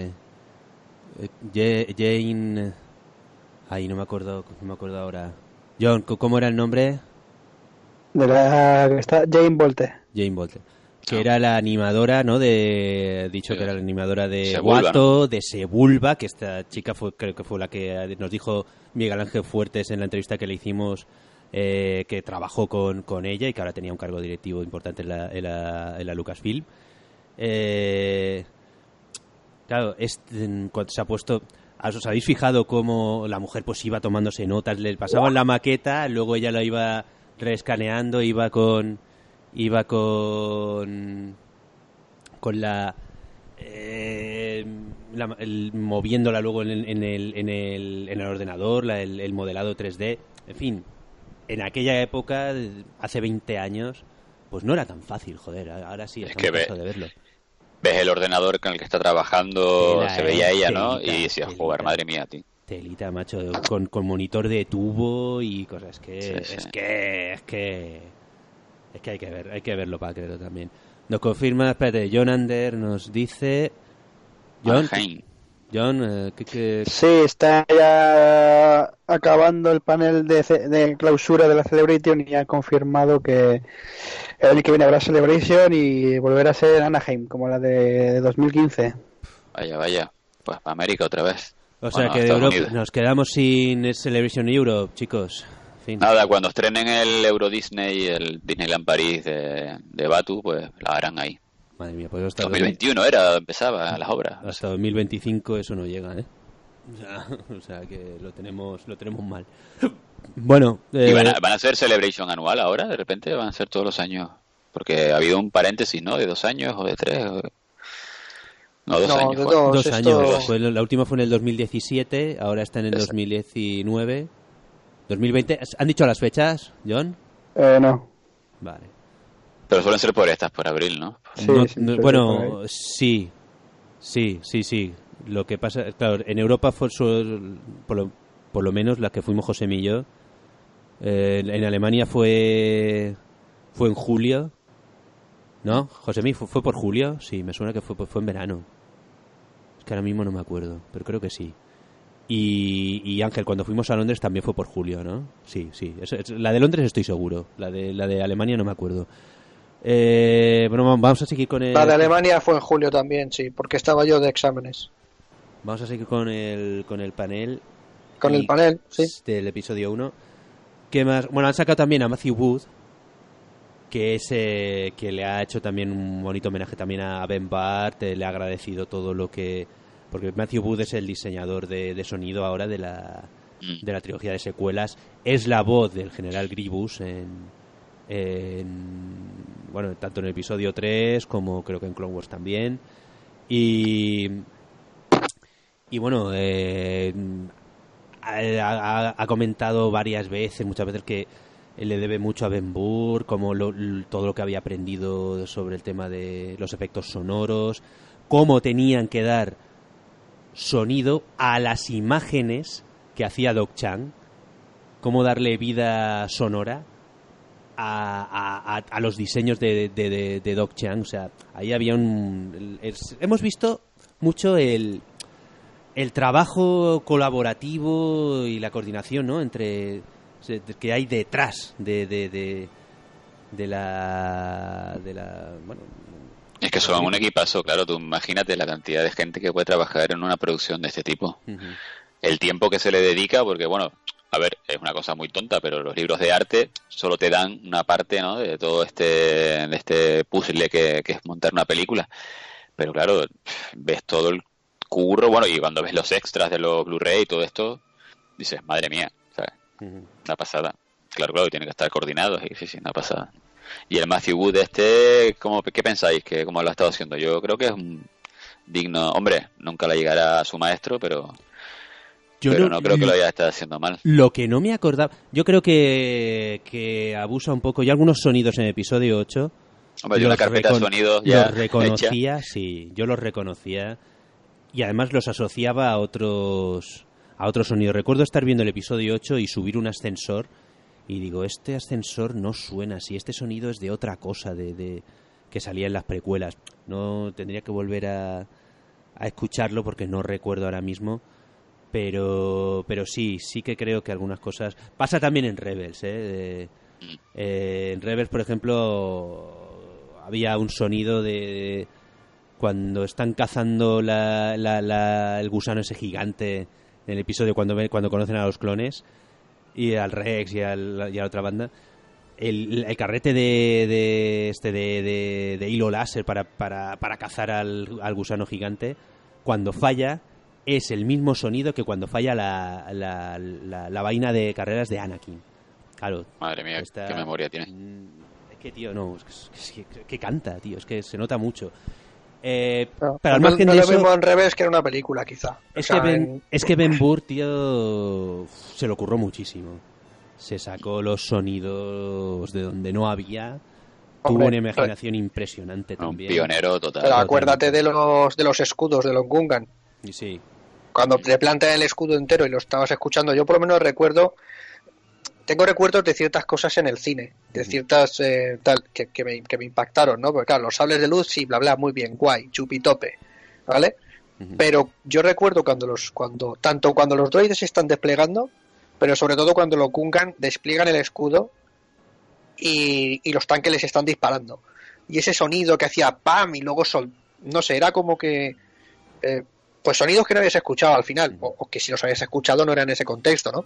Jane... Ay, no me acuerdo ahora. John, ¿cómo era el nombre? De la que está Jane Bolte. Jane Bolte. Que era la animadora, ¿no? Que era la animadora de Sebulba, Watto, ¿no? De Sebulba, que esta chica creo que fue la que nos dijo Miguel Ángel Fuertes en la entrevista que le hicimos, que trabajó con ella y que ahora tenía un cargo directivo importante en la Lucasfilm. Claro, cuando se ha puesto... ¿Os habéis fijado cómo la mujer pues iba tomándose notas? Le pasaban la maqueta, luego ella la iba reescaneando, iba moviéndola luego en el ordenador, el modelado 3D, en fin, en aquella época, hace 20 años, pues no era tan fácil, joder. Ahora sí, es que de verlo. Ves el ordenador con el que está trabajando, Telita, se veía ella, telita, ¿no? Y decías, joder, madre mía, tío. Telita, macho, con monitor de tubo y cosas. Es que hay que verlo para creerlo también. Nos confirma, espérate, John Ander nos dice... John, ¿qué? Sí, está ya acabando el panel de clausura de la Celebration y ha confirmado que el año que viene habrá Celebration y volverá a ser Anaheim, como la de 2015. Vaya, pues para América otra vez. O sea que de Europa nos quedamos sin Celebration Europe, chicos. Fin. Nada, cuando estrenen el Euro Disney, el Disneyland París de Batu, pues la harán ahí. Madre mía, pues hasta 2021 empezaba las obras. Hasta 2025 eso no llega, ¿eh? O sea que lo tenemos mal. Bueno, ¿Y van a ser Celebration anual ahora? De repente van a ser todos los años. Porque ha habido un paréntesis, ¿no? De 2 años o de 3. No, 2 años. De 2 años. La última fue en el 2017, ahora está en el 2019. 2020. ¿Han dicho las fechas, John? No. Vale. Pero suelen ser por abril, ¿no? Bueno, sí. Lo que pasa, claro, en Europa fue por lo menos las que fuimos José y yo. En Alemania fue en julio, ¿no? José, ¿fue por julio? Sí, me suena que fue en verano. Es que ahora mismo no me acuerdo, pero creo que sí. Y Ángel, cuando fuimos a Londres también fue por julio, ¿no? Sí. La de Londres estoy seguro. La de Alemania no me acuerdo. Bueno, vamos a seguir con el... La de Alemania fue en julio también, sí, porque estaba yo de exámenes. Vamos a seguir con el panel. Con el panel, sí. Del episodio 1. ¿Qué más? Bueno, han sacado también a Matthew Wood, que es que le ha hecho también un bonito homenaje también a Ben Bart, le ha agradecido todo lo que... Porque Matthew Wood es el diseñador de sonido ahora de la trilogía de secuelas. Es la voz del General Grievous bueno, tanto en el episodio 3 como creo que en Clone Wars también. Y bueno, ha comentado muchas veces que le debe mucho a Ben Burr, como todo lo que había aprendido sobre el tema de los efectos sonoros, cómo tenían que dar sonido a las imágenes que hacía Doc Chang, cómo darle vida sonora a los diseños de Doc Chang. O sea, ahí había hemos visto mucho el trabajo colaborativo y la coordinación, ¿no? Entre que hay detrás de la bueno, es que son un equipazo, claro. Tú imagínate la cantidad de gente que puede trabajar en una producción de este tipo. El tiempo que se le dedica, porque bueno, a ver, es una cosa muy tonta, pero los libros de arte solo te dan una parte, ¿no? De todo este puzzle que es montar una película. Pero claro, ves todo el curro, bueno, y cuando ves los extras de los Blu-ray y todo esto, dices, madre mía, ¿sabes? Una pasada. Claro, tiene que estar coordinado, sí, una pasada. Y el Matthew Wood ¿qué pensáis? ¿Cómo lo ha estado haciendo? Yo creo que es un digno... Hombre, nunca le llegará a su maestro, pero no creo que lo haya estado haciendo mal. Lo que no me acordaba... Yo creo que abusa un poco. Yo algunos sonidos en el episodio 8... Hombre, yo la carpeta de sonidos ya los reconocía, hecha. Sí, yo los reconocía. Y además los asociaba a otros sonidos. Recuerdo estar viendo el episodio 8 y subir un ascensor... Y digo, este ascensor no suena así, este sonido es de otra cosa que salía en las precuelas. No tendría que volver a escucharlo porque no recuerdo ahora mismo, pero sí que creo que algunas cosas... Pasa también en Rebels, en Rebels, por ejemplo, había un sonido de cuando están cazando el gusano ese gigante en el episodio cuando conocen a los clones... y al Rex y a la otra banda, el carrete de hilo láser para cazar al gusano gigante, cuando falla es el mismo sonido que cuando falla la vaina de carreras de Anakin. Claro. Madre mía, qué memoria tiene. Es que, tío, no, es que canta, tío, es que se nota mucho. Pero al margen de lo eso, mismo en Revés que en una película, quizá. Es que Ben Burr, tío, se lo curró muchísimo. se sacó los sonidos de donde no había. Tuvo una imaginación impresionante también. Un pionero total. Pero acuérdate de los escudos de los Gungan. Sí. Cuando te plantan el escudo entero y lo estabas escuchando, yo por lo menos tengo recuerdos de ciertas cosas en el cine, de ciertas que me impactaron, ¿no? Porque claro, los sables de luz, sí, bla bla, muy bien, guay, chupitope, ¿vale? Pero yo recuerdo cuando los droides se están desplegando, pero sobre todo cuando los Gungan despliegan el escudo y los tanques les están disparando. Y ese sonido que hacía ¡pam! Y luego no sé, era como que pues sonidos que no habías escuchado al final, o que si los habías escuchado no era en ese contexto, ¿no?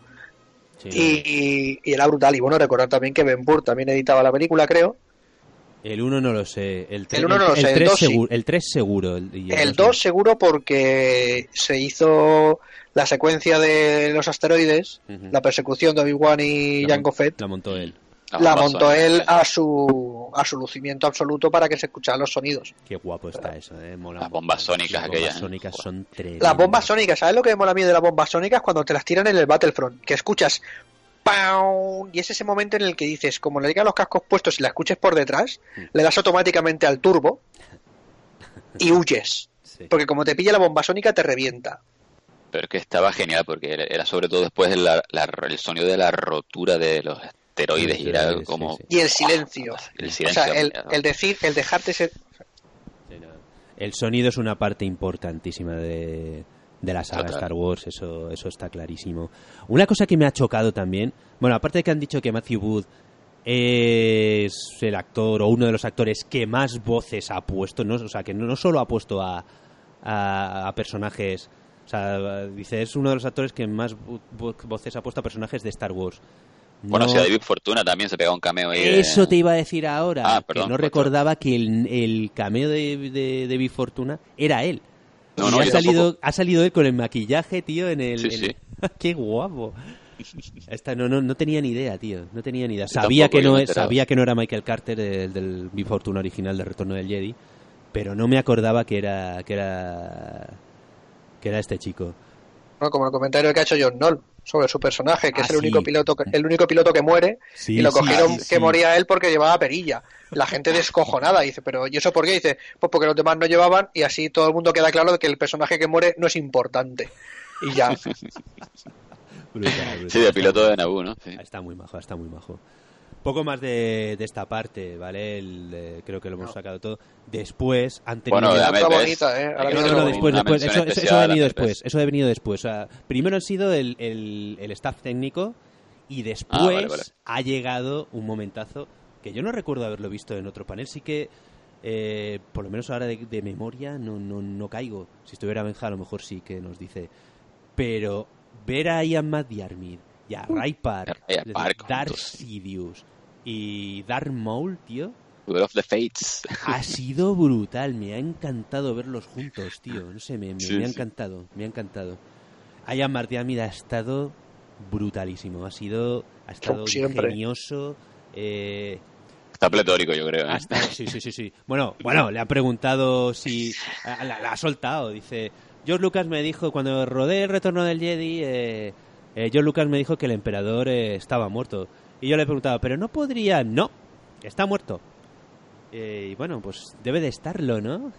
Sí. Y era brutal. Y bueno, recordar también que Ben Burtt también editaba la película, creo. El 1 no lo sé. El 1 no lo sé. El 3 seguro. El 3 seguro. El 2 seguro porque se hizo la secuencia de los asteroides, la persecución de Obi-Wan y Jango Fett. La montó él. La montó él a su lucimiento absoluto para que se escucharan los sonidos. Qué guapo está eso, mola. Las bombas sónicas aquellas. Las bombas sónicas son tremendas. Las bombas sónicas, ¿sabes lo que me mola a mí de las bombas sónicas? Cuando te las tiran en el Battlefront, que escuchas ¡pau! Y es ese momento en el que dices, como le digan los cascos puestos y la escuches por detrás, le das automáticamente al turbo y huyes. Sí. Porque como te pilla la bomba sónica te revienta. Pero es que estaba genial porque era sobre todo después el sonido de la rotura de los asteroides y era como... Sí. Y el silencio. El silencio. O sea, el dejarte ser... El sonido es una parte importantísima de la saga Star Wars, eso está clarísimo. Una cosa que me ha chocado también, bueno, aparte de que han dicho que Matthew Wood es el actor o uno de los actores que más voces ha puesto, ¿no? O sea, que no solo ha puesto a personajes, o sea, dice, es uno de los actores que más voces ha puesto a personajes de Star Wars. Bueno, si a David Fortuna también se pega un cameo ahí. Eso te iba a decir ahora, perdón, que no recordaba que el cameo de David Fortuna era él. No, ha salido él con el maquillaje, tío, en el... Sí. ¡Qué guapo! No tenía ni idea, tío. No tenía ni idea. Sabía que no era Michael Carter, del David Fortuna original de Retorno del Jedi, pero no me acordaba que era este chico. No, como el comentario que ha hecho John Knoll sobre su personaje, que es el único piloto que muere, y lo cogieron que moría él porque llevaba perilla. La gente descojonada dice, pero ¿y eso por qué? Dice, pues porque los demás no llevaban y así todo el mundo queda claro de que el personaje que muere no es importante. Y ya. brutal. Sí, de piloto de Naboo, ¿no? Sí. Está muy majo. Poco más de esta parte, ¿vale? Creo que lo hemos sacado todo. Después han tenido... Bueno, otra bonita, después. Eso ha venido después. Eso ha venido después. O sea, primero ha sido el staff técnico y después vale. Ha llegado un momentazo que yo no recuerdo haberlo visto en otro panel. Sí que, por lo menos ahora de memoria, no caigo. Si estuviera Benja, a lo mejor sí que nos dice. Pero ver a Ian McDiarmid y a Ray Park, Darth Sidious y Darth Maul, tío, Duel of the Fates, ha sido brutal. Me ha encantado verlos juntos, tío. No sé, me ha encantado. Ian McDiarmid ha estado brutalísimo. Ha estado ingenioso. Está pletórico, yo creo. Sí. Bueno, le ha preguntado si... La ha soltado. Dice, George Lucas me dijo, cuando rodé el Retorno del Jedi, George Lucas me dijo que el emperador estaba muerto. Y yo le preguntaba, pero no podría... No, está muerto. Y bueno, pues debe de estarlo, ¿no?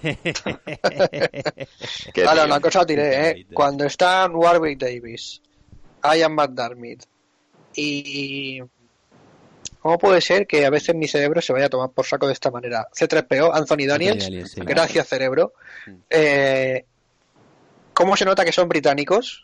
Vale, una cosa diré, cuando están Warwick Davis, Ian McDiarmid y... ¿Cómo puede ser que a veces mi cerebro se vaya a tomar por saco de esta manera? C-3PO, Anthony Daniels, sí. Gracias cerebro. ¿Cómo se nota que son británicos?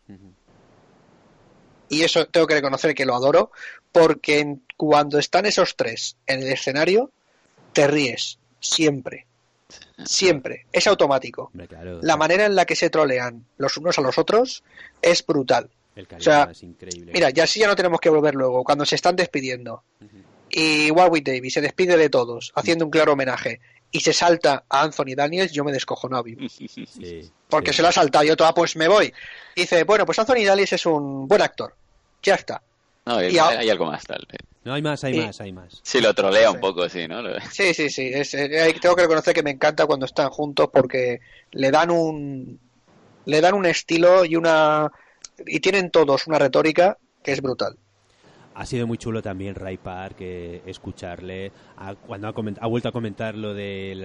Y eso tengo que reconocer que lo adoro, porque cuando están esos tres en el escenario, te ríes, siempre, es automático. Claro, la manera en la que se trolean los unos a los otros es brutal. El carisma es increíble. Mira, ya no tenemos que volver luego, cuando se están despidiendo, y Warwick Davis se despide de todos, haciendo un claro homenaje, y se salta a Anthony Daniels, yo me descojono vivo. Porque se lo ha saltado, yo pues me voy. Y dice, bueno, pues Anthony Daniels es un buen actor, ya está. No, hay algo más tal. No, hay más. Sí, lo trolea un poco, sí, ¿no? Sí. Tengo que reconocer que me encanta cuando están juntos porque le dan un estilo y tienen todos una retórica que es brutal. Ha sido muy chulo también Ray Park escucharle cuando ha vuelto a comentar lo de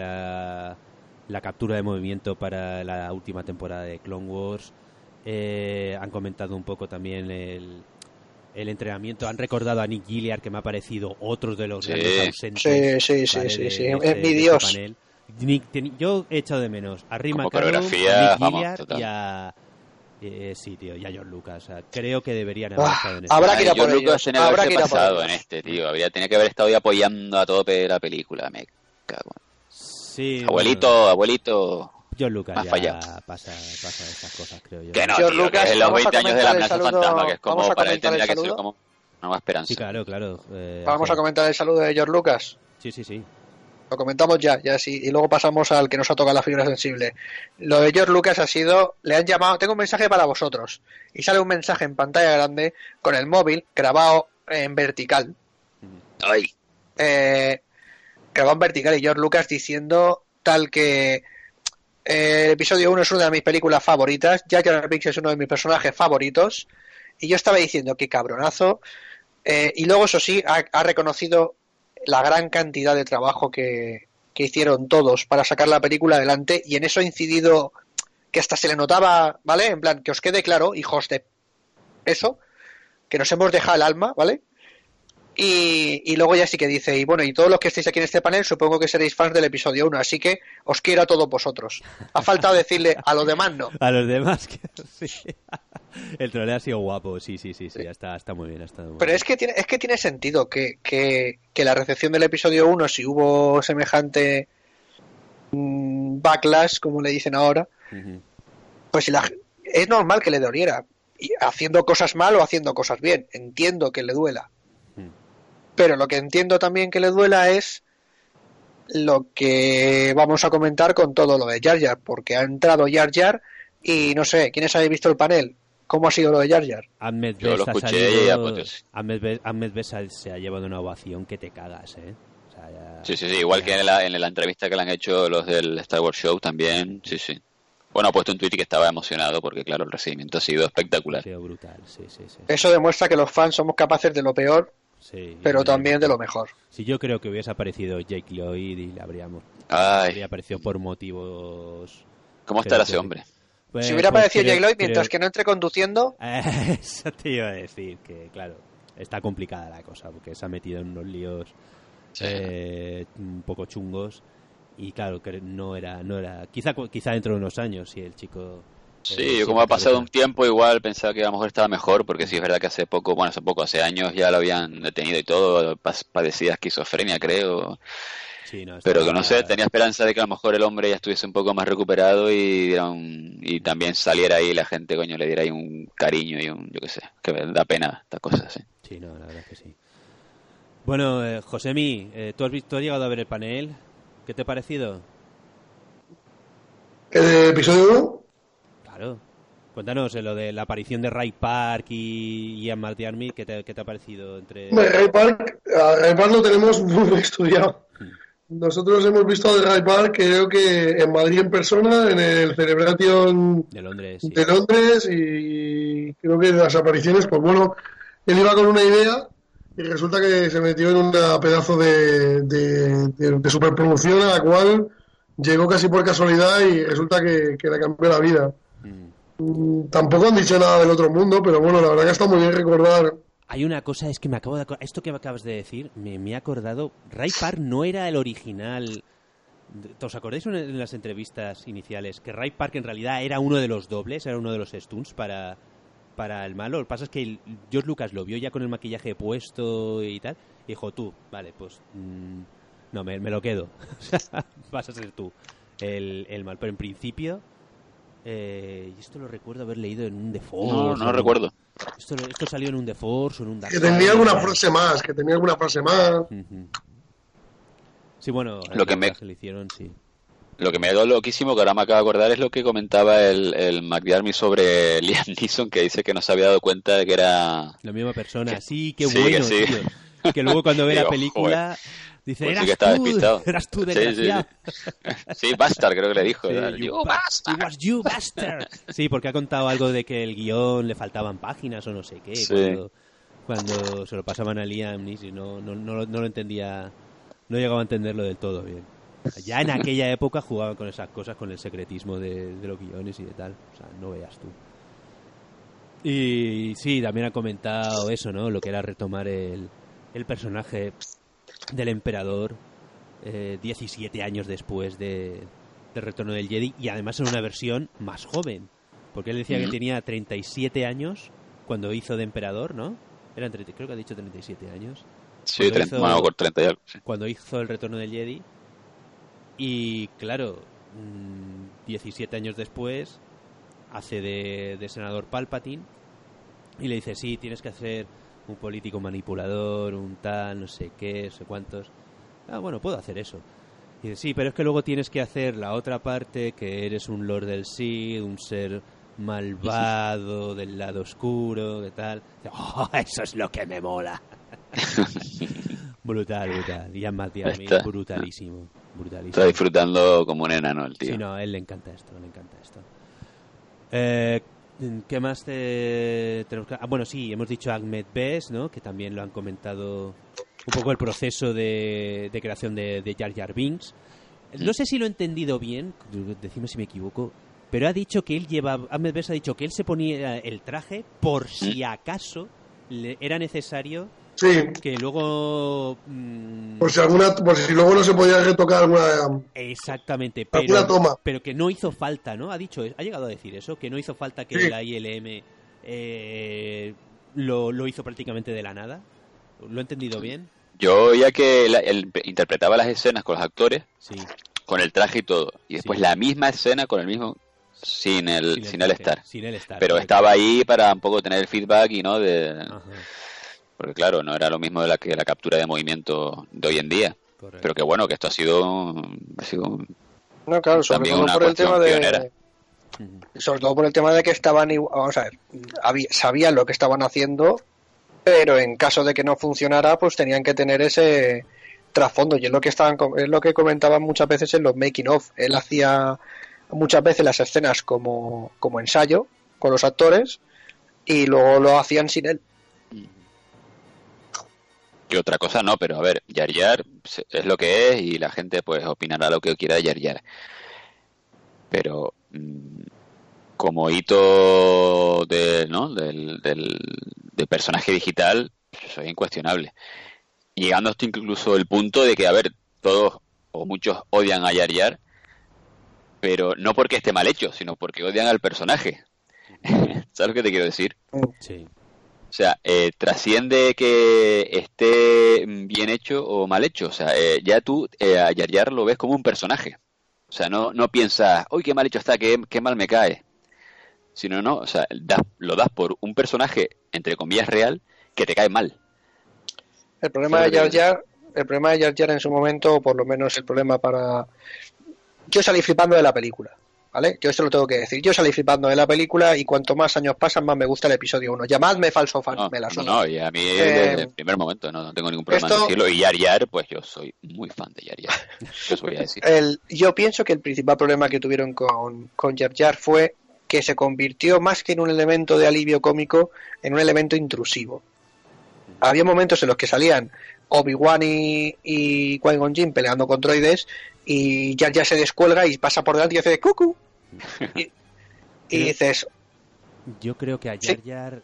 la captura de movimiento para la última temporada de Clone Wars. Han comentado un poco también el entrenamiento. Han recordado a Nick Gilliard, que me ha parecido otro de los grandes ausentes. Sí. Mi Dios. Panel. Yo he echado de menos a Ray McCallum, a Nick Gilliard y a... sí, tío, y a George Lucas. O sea, creo que deberían haber estado en este. Habrá que ir a por George Lucas tenía que haber pasado en este, tío. Tenía que haber estado ahí apoyando a tope la película. Me cago. Sí, abuelito. George Lucas ya pasa esas cosas, creo yo. Que no, George tío, Lucas, que es los 20 años de la amenaza saludo, fantasma, que es como vamos a para él comentar tendría el que ser saludo. como una nueva esperanza. Sí, claro. Vamos a comentar el saludo de George Lucas. Sí. Lo comentamos ya sí, y luego pasamos al que nos ha tocado la fibra sensible. Lo de George Lucas ha sido, le han llamado, tengo un mensaje para vosotros, y sale un mensaje en pantalla grande con el móvil grabado en vertical. Ay. Grabado en vertical, y George Lucas diciendo tal que el episodio 1 es una de mis películas favoritas, Jar Jar Binks es uno de mis personajes favoritos, y yo estaba diciendo qué cabronazo, y luego eso sí, ha reconocido la gran cantidad de trabajo que hicieron todos para sacar la película adelante, y en eso ha incidido que hasta se le notaba, ¿vale? En plan, que os quede claro, hijos de eso, que nos hemos dejado el alma, ¿vale? Y luego ya sí que dice, y bueno, y todos los que estéis aquí en este panel supongo que seréis fans del episodio 1, así que os quiero a todos vosotros. Ha faltado decirle a los demás no. A los demás que sí. El troleo ha sido guapo, sí, está muy bien. Pero es que tiene sentido que la recepción del episodio 1, si hubo semejante backlash, como le dicen ahora, pues es normal que le doliera, y haciendo cosas mal o haciendo cosas bien. Entiendo que le duela. Pero lo que entiendo también que le duela es lo que vamos a comentar con todo lo de Jar Jar, porque ha entrado Jar Jar y no sé, ¿quiénes habéis visto el panel? ¿Cómo ha sido lo de Jar Jar? Yo lo escuché y ya pues... Ahmed Best se ha llevado una ovación que te cagas, ¿eh? O sea, ya... Sí, igual que en la entrevista que le han hecho los del Star Wars Show también, sí. Bueno, ha puesto un tweet que estaba emocionado porque, claro, el recibimiento ha sido espectacular. Ha sido brutal, sí. Eso demuestra que los fans somos capaces de lo peor, pero también de lo mejor. Si yo creo que hubiese aparecido Jake Lloyd y le habría aparecido por motivos... ¿Cómo estará ese hombre? Pues, si hubiera aparecido Jake Lloyd mientras que no entre conduciendo... Eso te iba a decir, que claro, está complicada la cosa, porque se ha metido en unos líos un poco chungos, y claro, que no era quizá dentro de unos años, si el chico... Sí, como ha pasado un tiempo, igual pensaba que a lo mejor estaba mejor, porque sí es verdad que hace años ya lo habían detenido y todo, padecía esquizofrenia, creo. Sí, no, pero que no sé, tenía esperanza de que a lo mejor el hombre ya estuviese un poco más recuperado y también saliera ahí la gente, coño, le diera ahí un cariño y yo qué sé, que da pena estas cosas, sí. Sí, no, la verdad es que sí. Bueno, Josemi, ¿tú has llegado a ver el panel? ¿Qué te ha parecido? ¿El episodio 1? Claro. Cuéntanos lo de la aparición de Ray Park y Ian McDiarmid, ¿qué te ha parecido entre...? Ray Park lo tenemos muy estudiado. Nosotros hemos visto a Ray Park, creo que en Madrid en persona, en el Celebration de Londres, y creo que las apariciones, pues bueno, él iba con una idea y resulta que se metió en una pedazo de superproducción a la cual llegó casi por casualidad y resulta que le cambió la vida. Tampoco han dicho nada del otro mundo, pero bueno, la verdad que está muy bien recordar. Hay una cosa, es que me acabo de acordar, esto que me acabas de decir, me he acordado, Ray Park no era el original. ¿Os acordáis en las entrevistas iniciales que Ray Park en realidad era uno de los dobles, era uno de los stunts para el malo? Lo que pasa es que George Lucas lo vio ya con el maquillaje puesto y tal, y dijo, tú, vale, pues no, me lo quedo. Vas a ser tú el mal, pero en principio... y esto lo recuerdo haber leído en un The Force. No recuerdo. Esto salió en un The Force o en un Dark Que tenía alguna frase más, Sí, bueno, lo que me hicieron, sí. Lo que me ha dado loquísimo, que ahora me acabo de acordar, es lo que comentaba el McDiarmid sobre Liam Neeson, que dice que no se había dado cuenta de que era... la misma persona. Sí, qué bueno, que sí. Tío. Que luego cuando ve la película... Joder. Dice, pues sí, eras tú, desgraciado. Sí, Bastard, creo que le dijo. Sí, you bastard. It was you, bastard. Sí, porque ha contado algo de que el guión le faltaban páginas o no sé qué. Sí. cuando se lo pasaban a Liam Neeson, no lo entendía, no llegaba a entenderlo del todo bien. Ya en aquella época jugaban con esas cosas, con el secretismo de los guiones y de tal. O sea, no veas tú. Y sí, también ha comentado eso, ¿no? Lo que era retomar el personaje del emperador 17 años después del retorno del Jedi, y además en una versión más joven. Porque él decía que tenía 37 años cuando hizo de emperador, ¿no? Creo que ha dicho 37 años. Sí, 30 y algo. Sí. Cuando hizo el retorno del Jedi. Y claro, 17 años después hace de senador Palpatine y le dice, sí, tienes que hacer un político manipulador, un tal, no sé qué, no sé cuántos. Ah, bueno, puedo hacer eso. Y dice, sí, pero es que luego tienes que hacer la otra parte, que eres un Lord del Sith, un ser malvado del lado oscuro, de tal. Dice, oh, eso es lo que me mola. Brutal. Y a Matías, brutalísimo. Está disfrutando como un enano el tío. Sí, no, a él le encanta esto. ¿Qué más tenemos que...? Bueno, sí, hemos dicho Ahmed Best, ¿no? Que también lo han comentado un poco el proceso de creación de Jar Jar Binks. No sé si lo he entendido bien, decime si me equivoco, pero ha dicho que Ahmed Best ha dicho que él se ponía el traje por si acaso era necesario. Sí. Que luego... por si luego no se podía retocar alguna... Exactamente, alguna toma. Pero que no hizo falta, ¿no? Ha llegado a decir eso, que no hizo falta que la ILM lo hizo prácticamente de la nada. ¿Lo he entendido bien? Yo oía que él interpretaba las escenas con los actores, sí, con el traje y todo, y después la misma escena con el mismo... Sin él estar. Pero estaba ahí para un poco tener el feedback y no de... Ajá. Porque claro, no era lo mismo de la captura de movimiento de hoy en día. Correcto. Pero que bueno, que esto ha sido no, claro, sobre todo por el tema de... Sobre todo por el tema de que estaban... Vamos a ver, sabían lo que estaban haciendo, pero en caso de que no funcionara, pues tenían que tener ese trasfondo. Y es lo que comentaban muchas veces en los making of. Él hacía muchas veces las escenas como ensayo con los actores y luego lo hacían sin él. Y otra cosa no, pero a ver, Jar Jar es lo que es y la gente pues opinará lo que quiera de Jar Jar. Pero como hito del personaje digital, eso es incuestionable. Llegando hasta incluso el punto de que, a ver, todos o muchos odian a Jar Jar, pero no porque esté mal hecho, sino porque odian al personaje. ¿Sabes lo que te quiero decir? Sí. O sea, trasciende que esté bien hecho o mal hecho. O sea, ya tú a Jar Jar lo ves como un personaje. O sea, no piensas, uy, qué mal hecho está, qué mal me cae. Sino, no, o sea, lo das por un personaje, entre comillas, real, que te cae mal. El problema de Jar Jar en su momento, o por lo menos el problema para... Yo salí flipando de la película. ¿Vale? Yo eso lo tengo que decir. Yo salí flipando de la película y cuanto más años pasan, más me gusta el episodio 1. Llamadme falso fan, me la suena. No, y a mí desde el primer momento no tengo ningún problema en decirlo. Y Jar Jar, pues yo soy muy fan de Jar Jar. ¿Qué os voy a decir? Yo pienso que el principal problema que tuvieron con Jar Jar fue que se convirtió más que en un elemento de alivio cómico, en un elemento intrusivo. Había momentos en los que salían Obi-Wan y Qui-Gon Jinn peleando con droides y Jar Jar se descuelga y pasa por delante y hace cucu y dices... Yo creo que a Jar Jar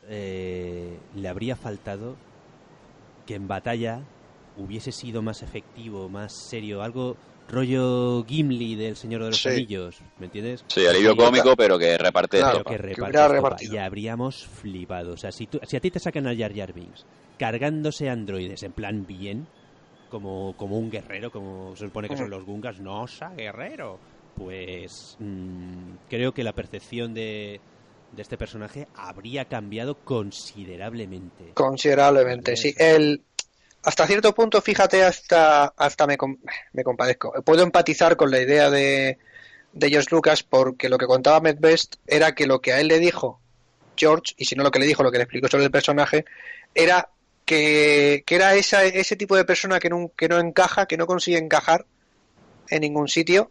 le habría faltado que en batalla hubiese sido más efectivo, más serio, algo rollo Gimli del Señor de los Anillos, ¿me entiendes? Sí, alivio cómico, pero que reparte estopa. Que reparte y habríamos flipado. O sea, si a ti te sacan a Jar Jar Binks cargándose androides en plan bien, como un guerrero, como se supone que son los Gungas, no sea guerrero, pues creo que la percepción de este personaje habría cambiado considerablemente. Considerablemente, sí. Hasta cierto punto, fíjate, hasta me compadezco. Puedo empatizar con la idea de George Lucas, porque lo que contaba Ahmed Best era que lo que a él le dijo George, y si no lo que le dijo, lo que le explicó sobre el personaje, era que era ese tipo de persona que no encaja, que no consigue encajar en ningún sitio.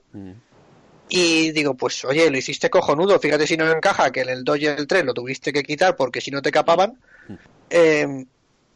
Y digo, pues oye, lo hiciste cojonudo, fíjate si no encaja, que en el 2 y el 3 lo tuviste que quitar porque si no te capaban.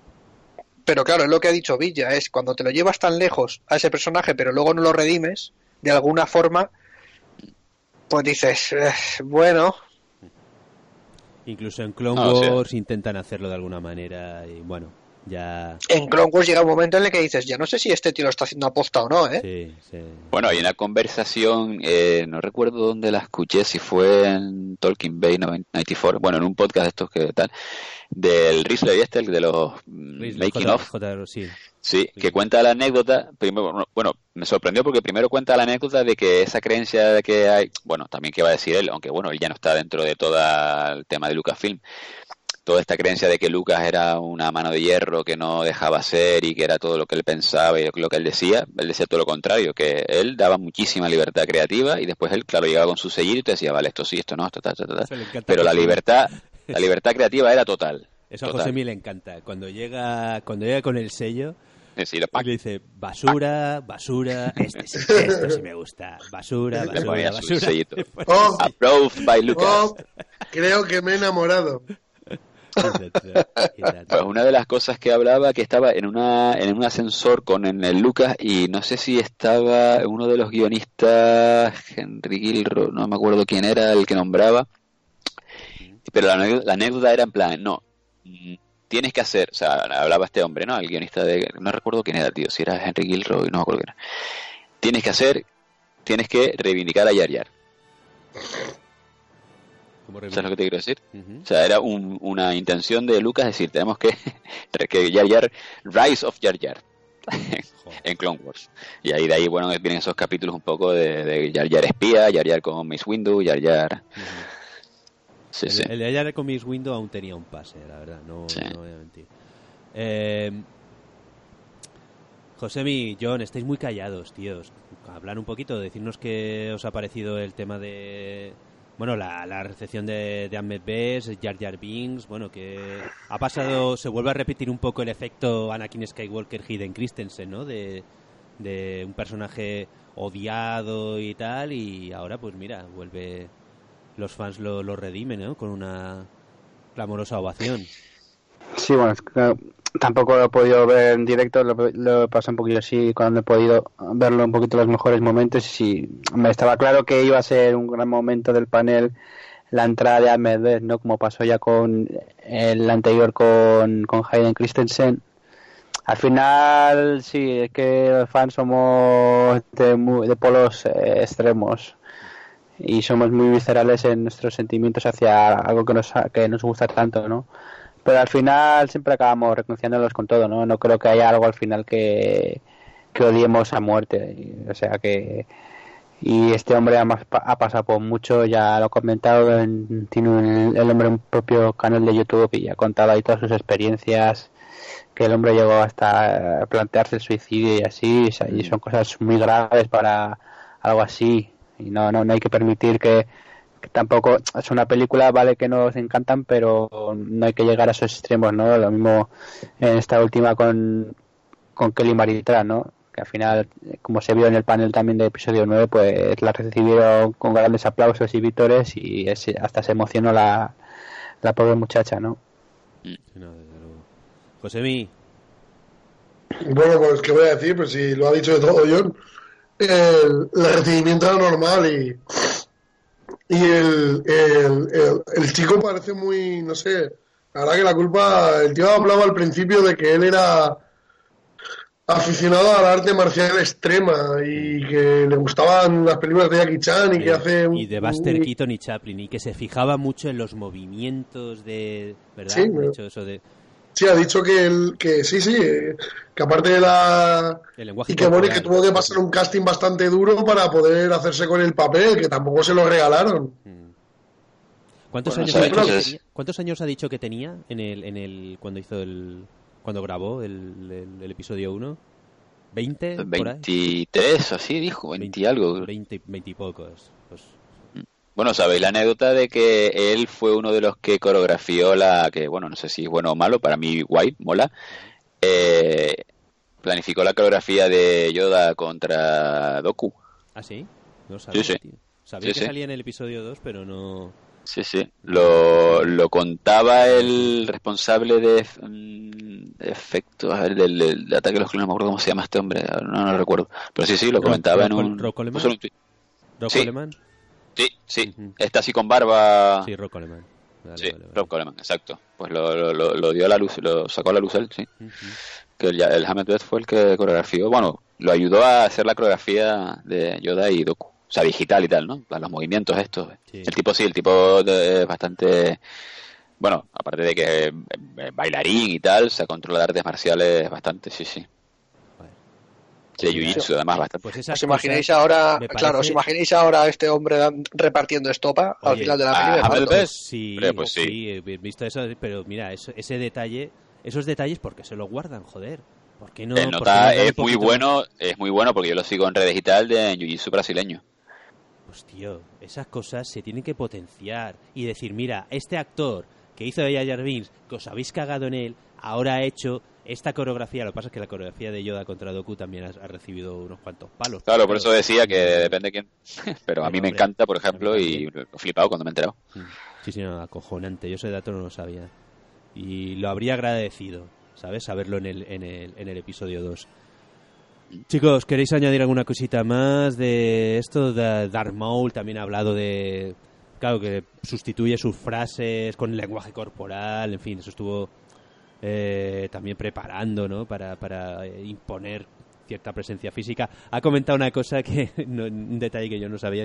Pero claro, es lo que ha dicho Villa, es cuando te lo llevas tan lejos a ese personaje, pero luego no lo redimes, de alguna forma, pues dices, bueno... Incluso en Clone Wars intentan hacerlo de alguna manera y bueno, ya... En Clone Wars llega un momento en el que dices, ya no sé si este tío lo está haciendo aposta o no, ¿eh? Sí. Bueno, hay una conversación, no recuerdo dónde la escuché, si fue en Talking Bay 94, bueno, en un podcast de estos que tal, del Risley el de los Making of. Sí, que cuenta la anécdota, primero, bueno, me sorprendió porque primero cuenta la anécdota de que esa creencia de que hay, bueno, también que va a decir él, aunque bueno, él ya no está dentro de todo el tema de Lucasfilm, toda esta creencia de que Lucas era una mano de hierro que no dejaba ser y que era todo lo que él pensaba y lo que él decía todo lo contrario, que él daba muchísima libertad creativa y después él, claro, llegaba con su sellito y te decía, vale, esto sí, esto no, esto tal, pero la libertad creativa era total. Eso a Josemi le encanta, cuando llega con el sello, sí, le dice, basura, esto sí me gusta, basura. Approved by Lucas. Creo que me he enamorado. Pues una de las cosas que hablaba, que estaba en un ascensor con el Lucas y no sé si estaba uno de los guionistas, Henry Gilroy, no me acuerdo quién era el que nombraba, pero la anécdota era en plan, no, tienes que hacer, o sea, hablaba este hombre, ¿no? El guionista no recuerdo quién era, tío, si era Henry Gilroy, no me acuerdo quién era. Tienes que reivindicar a Jar Jar. ¿Sabes lo que te quiero decir? O sea, era una intención de Lucas decir, tenemos que Jar Jar, Rise of Jar Jar en Clone Wars. Y ahí de ahí, bueno, vienen esos capítulos un poco de Jar Jar espía, Jar Jar con Mace Windu, Jar Jar... Sí. El de Jar Jar con Mace Windu aún tenía un pase, la verdad, no voy a mentir. Josemi, John, estáis muy callados, tíos. Hablar un poquito, decirnos qué os ha parecido el tema de... Bueno, la recepción de Ahmed Best, Jar Jar Binks, bueno, que ha pasado, se vuelve a repetir un poco el efecto Anakin Skywalker Hayden Christensen, ¿no? De un personaje odiado y tal, y ahora pues mira, los fans lo redimen, ¿no? Con una clamorosa ovación. Sí, bueno, es que tampoco lo he podido ver en directo, lo he pasado un poquito así cuando he podido verlo un poquito en los mejores momentos y sí, me estaba claro que iba a ser un gran momento del panel la entrada de Ahmed Best, ¿no? Como pasó ya con el anterior con Hayden Christensen. Al final sí, es que los fans somos de polos extremos y somos muy viscerales en nuestros sentimientos hacia algo que nos gusta tanto, ¿no? Pero al final siempre acabamos reconciliándolos con todo, ¿no? No creo que haya algo al final que odiemos a muerte. O sea que... Y este hombre ha pasado por mucho, ya lo he comentado, tiene el hombre un propio canal de YouTube y ha contado ahí todas sus experiencias, que el hombre llegó hasta plantearse el suicidio y así, y son cosas muy graves para algo así. Y no hay que permitir que tampoco es una película, vale, que nos encantan, pero no hay que llegar a esos extremos, ¿no? Lo mismo en esta última con Kelly Maritran, ¿no? Que al final, como se vio en el panel también de episodio 9, pues la recibieron con grandes aplausos y vítores y hasta se emocionó la pobre muchacha, ¿no? Josemi. Bueno, pues qué voy a decir, pues si lo ha dicho de todo John, el recibimiento era normal y el chico parece muy, no sé, la verdad que la culpa, el tío hablaba al principio de que él era aficionado al arte marcial extrema y que le gustaban las películas de Jackie Chan y que hace... Y de Buster Keaton y Chaplin, y que se fijaba mucho en los movimientos de... ¿Verdad? Sí, de hecho, eso de... Sí, ha dicho que aparte de el lenguaje y que bueno, y que tuvo que pasar un casting bastante duro para poder hacerse con el papel, que tampoco se lo regalaron. ¿Cuántos años ha dicho que tenía cuando grabó el episodio 1? ¿20? 23, así dijo, 20 y algo. 20 y pocos. Pues... Bueno, sabéis la anécdota de que él fue uno de los que coreografió que, bueno, no sé si es bueno o malo, para mí guay, mola. Planificó la coreografía de Yoda contra Dooku. ¿Ah, sí? No sabía, sí. Tío. Sabía que salía en el episodio 2, pero no... Sí. Lo contaba el responsable efecto, a ver, del ataque de los clones, no me acuerdo cómo se llama este hombre, no lo recuerdo. Pero sí, lo comentaba en un... ¿Rock Coleman? ¿Rock sí. Coleman? Sí. Está así con barba... Sí, Rock Coleman. Vale. Rob Coleman, exacto. Pues lo dio a la luz, lo sacó a la luz él, sí. Que el Ahmed Best fue el que coreografió, bueno, lo ayudó a hacer la coreografía de Yoda y Dooku. O sea, digital y tal, ¿no? Para los movimientos estos. Sí. El tipo es bastante... Bueno, aparte de que es bailarín y tal, se controla de artes marciales bastante, sí. De jiu-jitsu, además, bastante. Pues ¿os imagináis ahora, os imagináis ahora a este hombre repartiendo estopa al final de la película? Sí, pues sí. He visto eso, pero mira, ese detalle, esos detalles, ¿por qué se los guardan, joder? ¿Por qué no? Es muy bueno porque yo lo sigo en redes y tal de jiu-jitsu brasileño. Pues tío, esas cosas se tienen que potenciar y decir, mira, este actor que hizo de Jar Jar Binks, que os habéis cagado en él, ahora ha hecho esta coreografía. Lo que pasa es que la coreografía de Yoda contra Dooku también ha recibido unos cuantos palos. Claro, por eso decía que depende de quién. Pero a mí me encanta, por ejemplo, y lo he flipado cuando me he enterado. Sí, no, acojonante. Yo ese dato no lo sabía. Y lo habría agradecido, ¿sabes? Saberlo en el episodio 2. Chicos, ¿queréis añadir alguna cosita más de esto? Darth Maul también ha hablado de... Claro, que sustituye sus frases con el lenguaje corporal, en fin, eso estuvo también preparando, ¿no? Para imponer cierta presencia física. Ha comentado una cosa que un detalle que yo no sabía,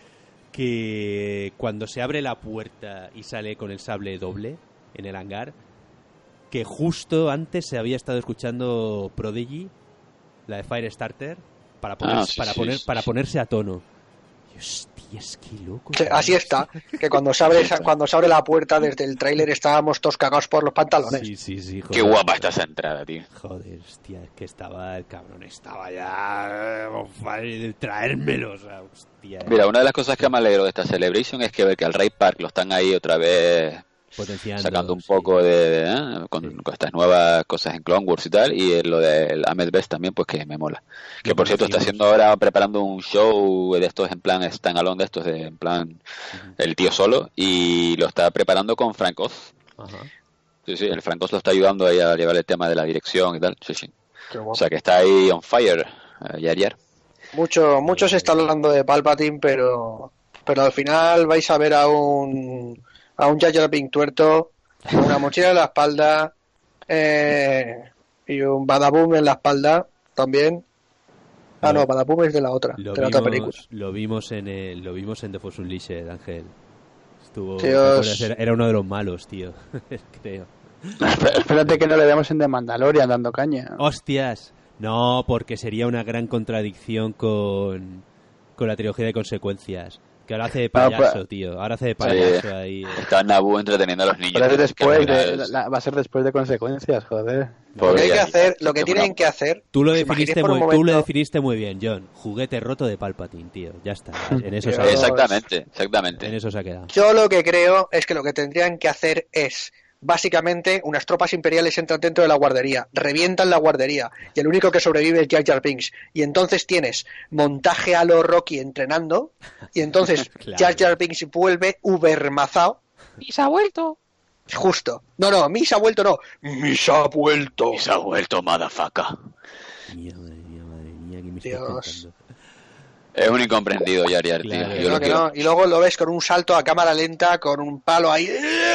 que cuando se abre la puerta y sale con el sable doble en el hangar, que justo antes se había estado escuchando Prodigy, la de Firestarter, para ponerse a tono. Hostia, es que loco. Así está, que cuando se abre la puerta desde el tráiler estábamos todos cagados por los pantalones. Sí, joder. Qué guapa está esa entrada, tío. Joder, hostia, es que el cabrón estaba ya traérmelo, o sea, hostia. Mira, una de las cosas que me alegro de esta Celebration es que ver que al Ray Park lo están ahí otra vez potenciando, sacando un poco con estas nuevas cosas en Clone Wars y tal, y lo del Ahmed Best también, pues que me mola. Que por cierto está haciendo ahora, preparando un show de estos en plan standalone, de estos en plan el tío solo, y lo está preparando con Frank Oz. Sí, el Frank Oz lo está ayudando ahí a llevar el tema de la dirección y tal, sí. O sea que está ahí on fire, Jar. Mucho se está hablando de Palpatine, pero al final vais a ver a un Jar Jar Binks tuerto, con una mochila en la espalda y un Badaboom en la espalda también. No, Badaboom es de la otra película. Lo vimos en The Force Unleashed, Ángel. Era uno de los malos, tío. Creo. Espérate que no le demos en The Mandalorian dando caña. ¡Hostias! No, porque sería una gran contradicción con la trilogía de consecuencias. Que ahora hace de payaso, tío. Ahora hace de payaso ahí. Está Naboo entreteniendo a los niños. Pero va a ser después de consecuencias, joder. Lo que tienen que hacer... Tú lo definiste muy bien, John. Juguete roto de Palpatine, tío. Ya está. En eso se ha quedado. Exactamente. En eso se ha quedado. Yo lo que creo es que lo que tendrían que hacer es... Básicamente, unas tropas imperiales entran dentro de la guardería, revientan la guardería y el único que sobrevive es Jar Jar Binks. Y entonces tienes montaje a lo Rocky entrenando y entonces claro. Jar Jar Binks vuelve ubermazado. ¡Mis ha vuelto! Justo. No, mis ha vuelto no. ¡Mis ha vuelto! ¡Mis ha vuelto, motherfucker! Madre mía, que me Dios. estoy contando. Es un incomprendido, Jar Jar, tío. Claro, no. Y luego lo ves con un salto a cámara lenta, con un palo ahí...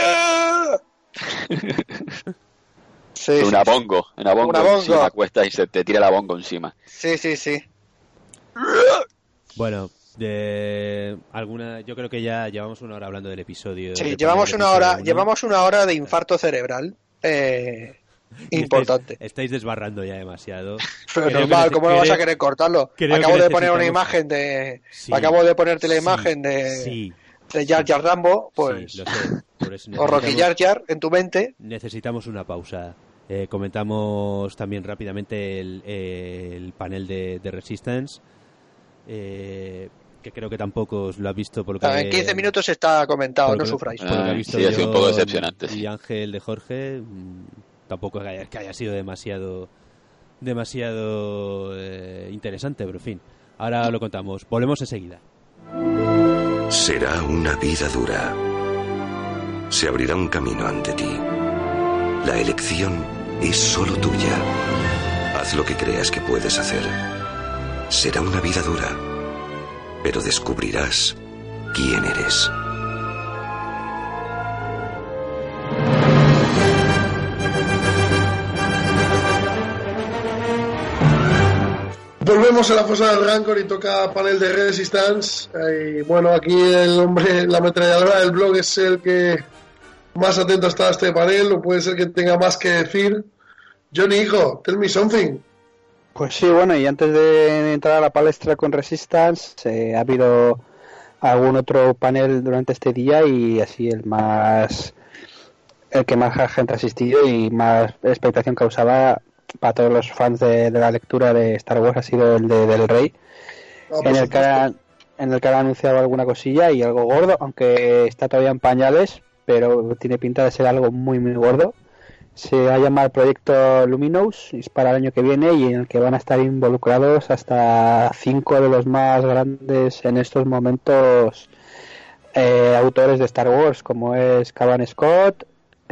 Una bongo encima, cuesta y se te tira la bongo encima. Sí. Bueno, yo creo que ya llevamos una hora hablando del episodio. Sí, llevamos una hora de infarto cerebral. Importante. Estáis desbarrando ya demasiado. Pero normal, ¿cómo no vas a querer cortarlo? Acabo de poner una imagen acabo de ponerte la imagen de Jar Jar Rambo, pues... Sí, lo sé. Por eso o Rocky Jar Jar en tu mente. Necesitamos una pausa. Comentamos también rápidamente el panel de Resistance, que creo que tampoco os lo ha visto por lo que... En 15 minutos está comentado, no sufráis. Ha sido un poco decepcionante. Y Ángel de Jorge, tampoco es que haya sido demasiado interesante, pero en fin, ahora lo contamos. Volvemos enseguida. Será una vida dura. Se abrirá un camino ante ti. La elección es solo tuya. Haz lo que creas que puedes hacer. Será una vida dura, pero descubrirás quién eres. Volvemos a la fosa del Rancor y toca panel de Resistance. Y bueno, aquí el hombre, la ametralladora del blog, es el que más atento está a este panel. No puede ser que tenga más que decir. Johnny, hijo, tell me something. Pues sí, bueno, y antes de entrar a la palestra con Resistance, ha habido algún otro panel durante este día y así el que más gente ha asistido y más expectación causaba para todos los fans de la lectura de Star Wars ha sido el de Del Rey, en el que han anunciado alguna cosilla y algo gordo, aunque está todavía en pañales, pero tiene pinta de ser algo muy muy gordo. Se va a llamar Proyecto Luminous, es para el año que viene y en el que van a estar involucrados hasta 5 de los más grandes en estos momentos autores de Star Wars, como es Cavan Scott,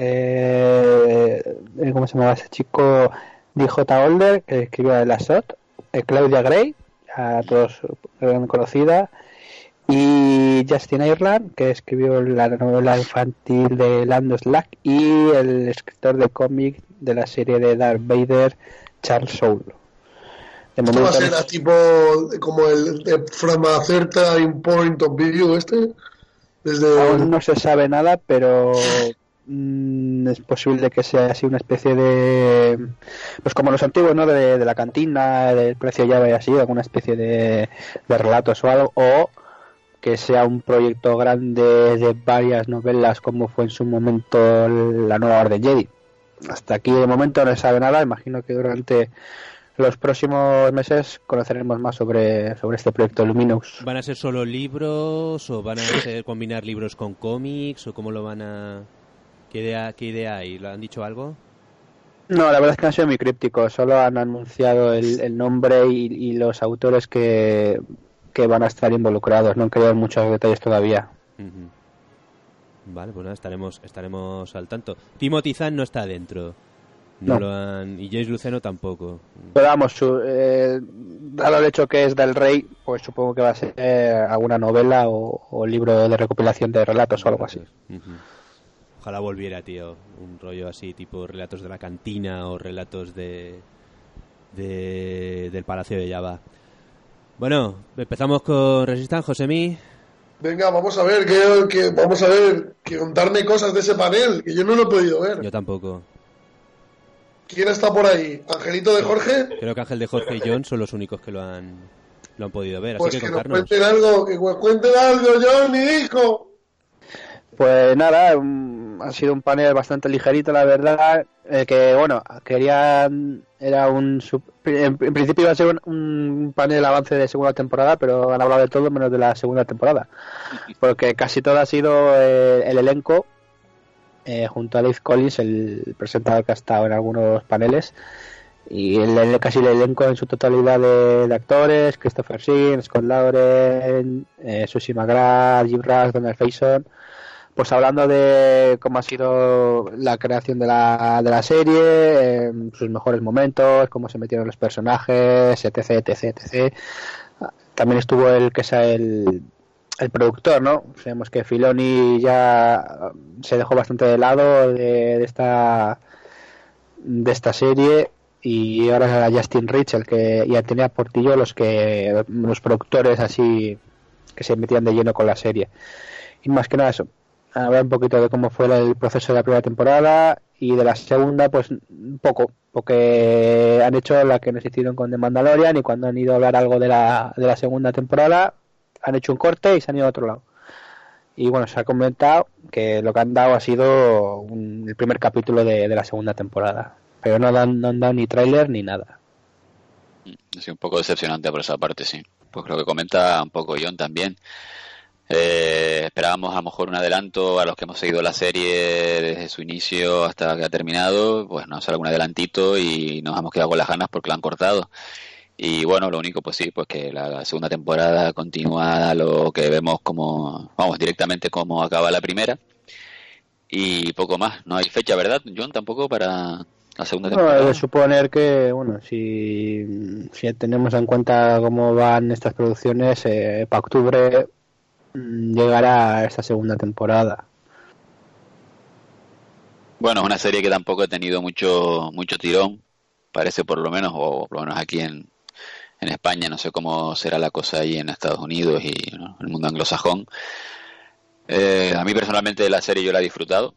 ¿cómo se llama ese chico? D.J. Older, que escribió The Last Shot, Claudia Gray, a todos conocida, y Justin Ireland, que escribió la novela infantil de Lando Slack, y el escritor de cómic de la serie de Darth Vader, Charles Soule. ¿Esto va a ser tipo como el de From a Certain Point of View Aún no se sabe nada, pero es posible que sea así una especie de, pues como los antiguos, ¿no? De la cantina, del precio llave y así, alguna especie de relatos o algo, o que sea un proyecto grande de varias novelas como fue en su momento la Nueva Orden Jedi. Hasta aquí de momento no se sabe nada. Imagino que durante los próximos meses conoceremos más sobre este proyecto Luminous. ¿Van a ser solo libros o van a ser combinar libros con cómics o cómo lo van a...? ¿Qué idea hay? ¿Lo han dicho algo? No, la verdad es que han sido muy crípticos. Solo han anunciado el nombre y los autores que van a estar involucrados. No han querido muchos detalles todavía. Uh-huh. Vale, pues nada, estaremos al tanto. Timothy Zahn no está dentro. No. Y James Luceno tampoco. Pero vamos, dado el hecho que es del Rey, pues supongo que va a ser alguna novela o libro de recopilación de relatos o algo así. Uh-huh. Ojalá volviera, tío, un rollo así, tipo relatos de la cantina o relatos del Palacio de Jabba. Bueno, empezamos con Resistance, Josemi. Venga, vamos a ver, que contarme cosas de ese panel, que yo no lo he podido ver. Yo tampoco. ¿Quién está por ahí? ¿Angelito de Jorge? Creo que Ángel de Jorge y John son los únicos que lo han podido ver, pues así que nos cuenten algo, Johnny, hijo. Pues nada, ha sido un panel bastante ligerito, la verdad. Que bueno, en principio iba a ser un panel avance de segunda temporada, pero han hablado de todo menos de la segunda temporada, porque casi todo ha sido el elenco, junto a Dave Collins, el presentador que ha estado en algunos paneles, y casi el elenco en su totalidad de actores: Christopher Sean, Scott Lauren, Susie McGrath, Jim Rash, Donald Faison. Pues hablando de cómo ha sido la creación de la serie, sus mejores momentos, cómo se metieron los personajes, etc. También estuvo el productor, ¿no? Sabemos que Filoni ya se dejó bastante de lado de esta serie, y ahora Justin Rich, el que ya tenía Portillo, los productores así que se metían de lleno con la serie. Y más que nada eso, hablar un poquito de cómo fue el proceso de la primera temporada, y de la segunda pues poco, porque han hecho la que nos hicieron con The Mandalorian, y cuando han ido a hablar algo de la segunda temporada han hecho un corte y se han ido a otro lado. Y bueno, se ha comentado que lo que han dado ha sido el primer capítulo de la segunda temporada, pero no han dado ni tráiler ni nada. Ha sido un poco decepcionante por esa parte, sí. Pues creo que comenta un poco John también. Esperábamos a lo mejor un adelanto a los que hemos seguido la serie desde su inicio hasta que ha terminado. Pues nos sale algún adelantito y nos hemos quedado con las ganas porque la han cortado. Y bueno, lo único pues sí, pues que la segunda temporada continúa lo que vemos directamente como acaba la primera. Y poco más. No hay fecha, ¿verdad, John? Tampoco para la segunda temporada. De suponer que, bueno, si tenemos en cuenta cómo van estas producciones, para octubre llegará esta segunda temporada. Bueno, es una serie que tampoco ha tenido mucho tirón, parece, por lo menos, o por lo menos aquí en España. No sé cómo será la cosa ahí en Estados Unidos y, ¿no?, en el mundo anglosajón. A mí personalmente la serie yo la he disfrutado.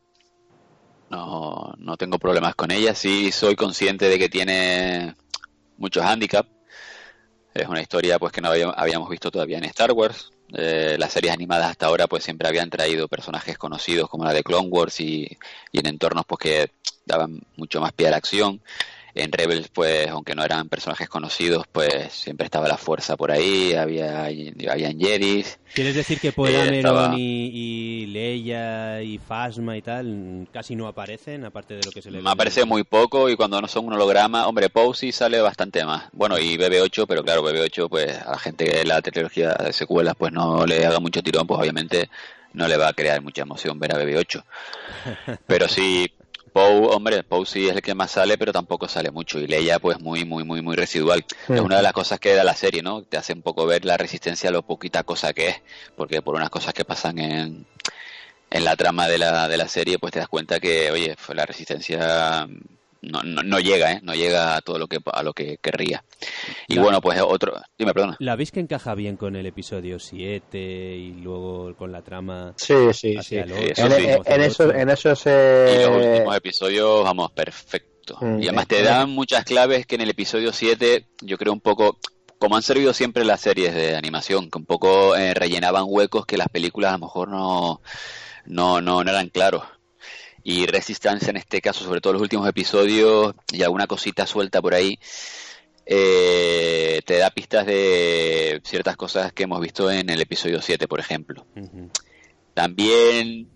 No tengo problemas con ella. Sí soy consciente de que tiene muchos hándicaps. Es una historia pues que no habíamos visto todavía en Star Wars. Las series animadas hasta ahora pues siempre habían traído personajes conocidos como la de Clone Wars y en entornos pues que daban mucho más pie a la acción. En Rebels, pues, aunque no eran personajes conocidos, pues siempre estaba la fuerza por ahí, habían Jedis. ¿Quieres decir que Poe Dameron y Leia y Phasma y tal casi no aparecen, aparte de lo que se le ve? Me aparece muy poco, y cuando no son un holograma, hombre, Poe sí sale bastante más. Bueno, y BB-8, pero claro, BB-8, pues a la gente que la trilogía de secuelas pues no le haga mucho tirón, pues obviamente no le va a crear mucha emoción ver a BB-8. Pero sí... Poe sí es el que más sale, pero tampoco sale mucho, y Leia pues muy residual. Es una de las cosas que da la serie, ¿no? Te hace un poco ver la Resistencia, lo poquita cosa que es, porque por unas cosas que pasan en la trama de la serie, pues te das cuenta que, oye, la Resistencia no llega a todo lo que querría. Y bueno, pues dime, perdona. ¿La veis que encaja bien con el episodio 7 y luego con la trama? Sí. En esos y los últimos episodios, vamos, perfecto. Y además te dan muchas claves que en el episodio 7, yo creo un poco, como han servido siempre las series de animación, que un poco rellenaban huecos que las películas a lo mejor no eran claros. Y Resistance en este caso, sobre todo los últimos episodios y alguna cosita suelta por ahí, te da pistas de ciertas cosas que hemos visto en el episodio 7, por ejemplo. Uh-huh. También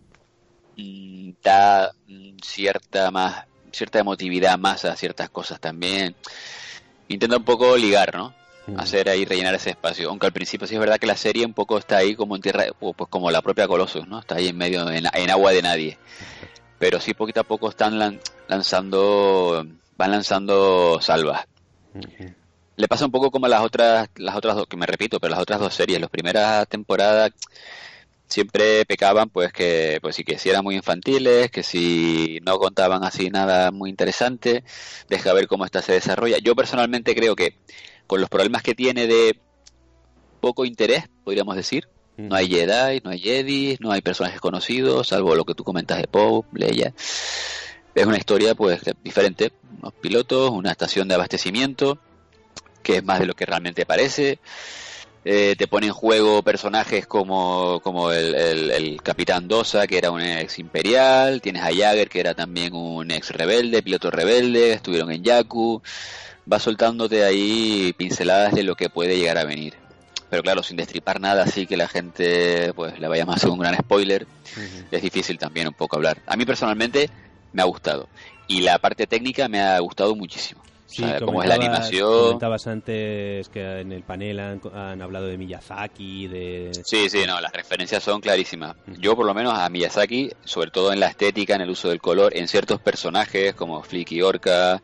da cierta emotividad más a ciertas cosas también. Intenta un poco ligar, ¿no? Hacer ahí, rellenar ese espacio. Aunque al principio sí es verdad que la serie un poco está ahí como en tierra, pues como la propia Colossus, ¿no? Está ahí en medio, en agua de nadie. Pero sí, poquito a poco van lanzando salvas. Uh-huh. Le pasa un poco como a las otras dos, que me repito, pero las otras dos series, las primeras temporadas siempre pecaban, pues que sí eran muy infantiles, que si no contaban así nada muy interesante. Deja ver cómo esta se desarrolla. Yo personalmente creo que con los problemas que tiene de poco interés, podríamos decir, no hay Jedi, no hay Jedi, no hay personajes conocidos, salvo lo que tú comentas de Poe, Leia. Es una historia pues diferente, unos pilotos, una estación de abastecimiento, que es más de lo que realmente parece. Te pone en juego personajes como el Capitán Dosa, que era un ex imperial. Tienes a Jagger, que era también un ex rebelde, piloto rebelde, estuvieron en Jakku. Va soltándote ahí pinceladas de lo que puede llegar a venir. Pero claro, sin destripar nada, así que la gente pues le vaya más a hacer un gran spoiler. Uh-huh. Es difícil también un poco hablar. A mí personalmente me ha gustado, y la parte técnica me ha gustado muchísimo. Sí, o sea, como es la animación. Comentabas antes que en el panel han hablado de Miyazaki, Sí, las referencias son clarísimas. Yo por lo menos a Miyazaki, sobre todo en la estética, en el uso del color, en ciertos personajes como Flicky Orca,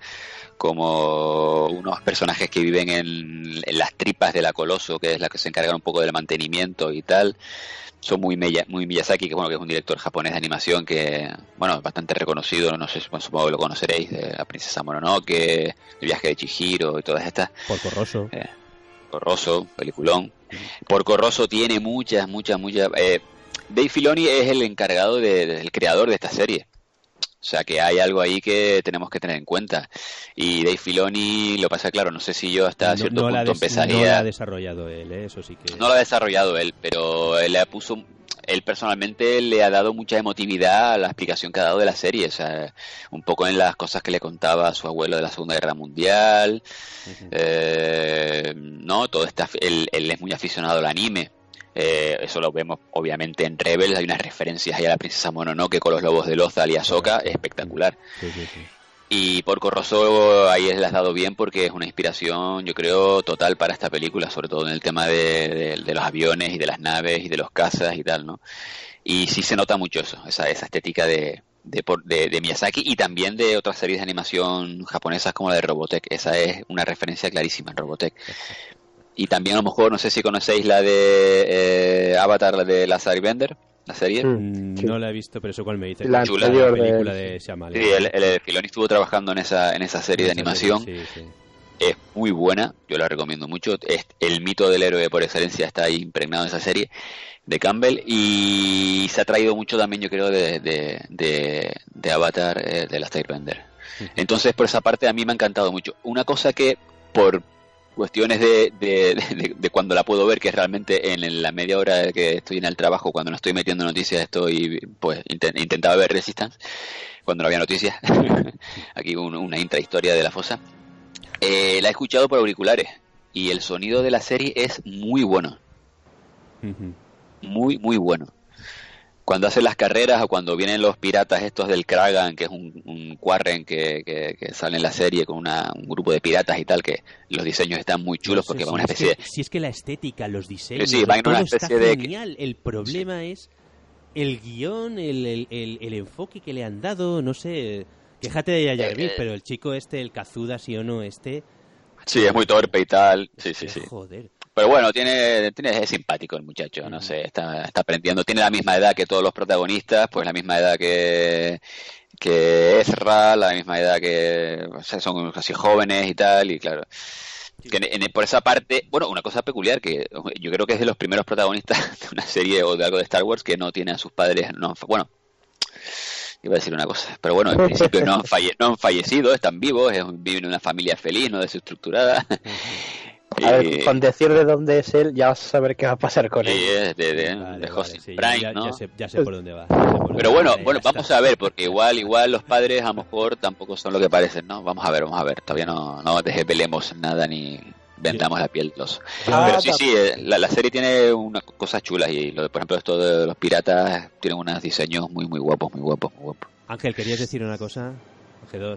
como unos personajes que viven en las tripas de la Coloso, que es la que se encarga un poco del mantenimiento y tal. Son muy Miyazaki, que es un director japonés de animación que, bueno, bastante reconocido, no sé, supongo que lo conoceréis, de La princesa Mononoke, El viaje de Chihiro y todas estas. Porco Rosso. Rosso, peliculón. Porco Rosso tiene muchas. Dave Filoni es el encargado el creador de esta serie. O sea que hay algo ahí que tenemos que tener en cuenta. Y Dave Filoni, lo pasa claro, no sé si yo hasta cierto punto empezaría... No lo ha desarrollado él, eso sí que... No lo ha desarrollado él, pero él personalmente le ha dado mucha emotividad a la explicación que ha dado de la serie. O sea, un poco en las cosas que le contaba a su abuelo de la Segunda Guerra Mundial. Uh-huh. No, todo él es muy aficionado al anime. Eso lo vemos obviamente en Rebels. Hay unas referencias ahí a la princesa Mononoke con los lobos de Lothal y Ahsoka, espectacular. Sí. Y Porco Rosso ahí le has dado bien, porque es una inspiración, yo creo, total para esta película, sobre todo en el tema de los aviones y de las naves y de los cazas y tal, ¿no? Y sí se nota mucho eso, esa estética de de Miyazaki y también de otras series de animación japonesas como la de Robotech. Esa es una referencia clarísima en Robotech. Y también a lo mejor, no sé si conocéis la de Avatar, la de Last Airbender, la serie. Sí. No la he visto, pero eso cual me dice. La película de Shyamalan. Sí, el Filoni estuvo trabajando en esa serie de animación. Sí. Es muy buena, yo la recomiendo mucho. El mito del héroe por excelencia está ahí impregnado en esa serie de Campbell, y se ha traído mucho también, yo creo, de Avatar, de Last Airbender. Entonces, por esa parte, a mí me ha encantado mucho. Una cosa que, por cuestiones de cuando la puedo ver, que es realmente en la media hora que estoy en el trabajo, cuando no estoy metiendo noticias, estoy, pues, intentaba ver Resistance, cuando no había noticias. Aquí una intrahistoria de la fosa. La he escuchado por auriculares y el sonido de la serie es muy bueno. Muy, muy bueno. Cuando hacen las carreras o cuando vienen los piratas estos del Kragan, que es un Quarren que sale en la serie con un grupo de piratas y tal, que los diseños están muy chulos porque van una especie de... Si es que la estética, los diseños, sí, van todo una especie está de... genial. El problema es el guión, el enfoque que le han dado, no sé... Quéjate de Yaya Bin, pero el chico el Kazuda, sí o no, Sí, es muy torpe y tal. Sí. Joder. Pero bueno, es simpático el muchacho, no sé, está aprendiendo. Tiene la misma edad que todos los protagonistas, pues la misma edad que Ezra, la misma edad que... O sea, son casi jóvenes y tal, y claro... por esa parte, bueno, una cosa peculiar, que yo creo que es de los primeros protagonistas de una serie o de algo de Star Wars que no tiene a sus padres... Bueno... Iba a decir una cosa, pero bueno, en principio no han fallecido, están vivos, viven en una familia feliz, no desestructurada. A ver, con decir de dónde es él, ya vas a saber qué va a pasar con él. Es de Hosting Prime, ¿no? Ya sé por dónde va. Pero bueno, vamos a ver, porque igual los padres a lo mejor tampoco son lo que parecen, ¿no? Vamos a ver, todavía no desvelemos nada ni vendamos la piel los. Pero sí, la serie tiene unas cosas chulas y por ejemplo esto de los piratas tienen unos diseños muy muy guapos. Ángel, ¿querías decir una cosa? Ángel.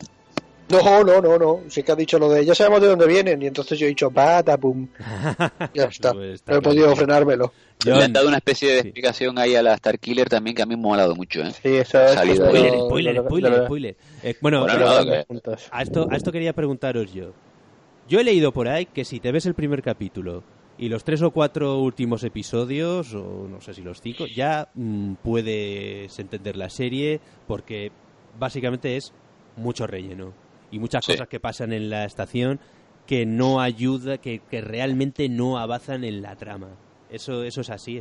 No. Sí que ha dicho lo de ya sabemos de dónde vienen y entonces yo he dicho pum. Ya está. Pues no he podido frenármelo. Le han dado una especie de explicación ahí a la Starkiller también que a mí me ha molado mucho, ¿eh? Sí, eso es. Spoiler. A esto quería preguntaros yo. Yo he leído por ahí que si te ves el primer capítulo y los 3 o 4 últimos episodios, o no sé si los 5, ya puedes entender la serie porque básicamente es mucho relleno y muchas cosas que pasan en la estación que no ayuda, que realmente no avanzan en la trama. Eso es así,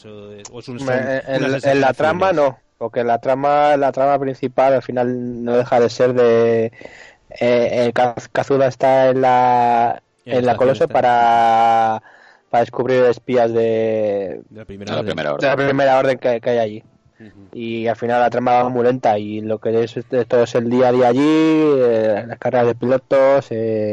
en la trama no, porque la trama principal al final no deja de ser de Kazuda está en la Coloso para descubrir espías de la primera orden que hay allí. Y al final la trama va muy lenta y lo que es todo es el día a día allí, las carreras de pilotos,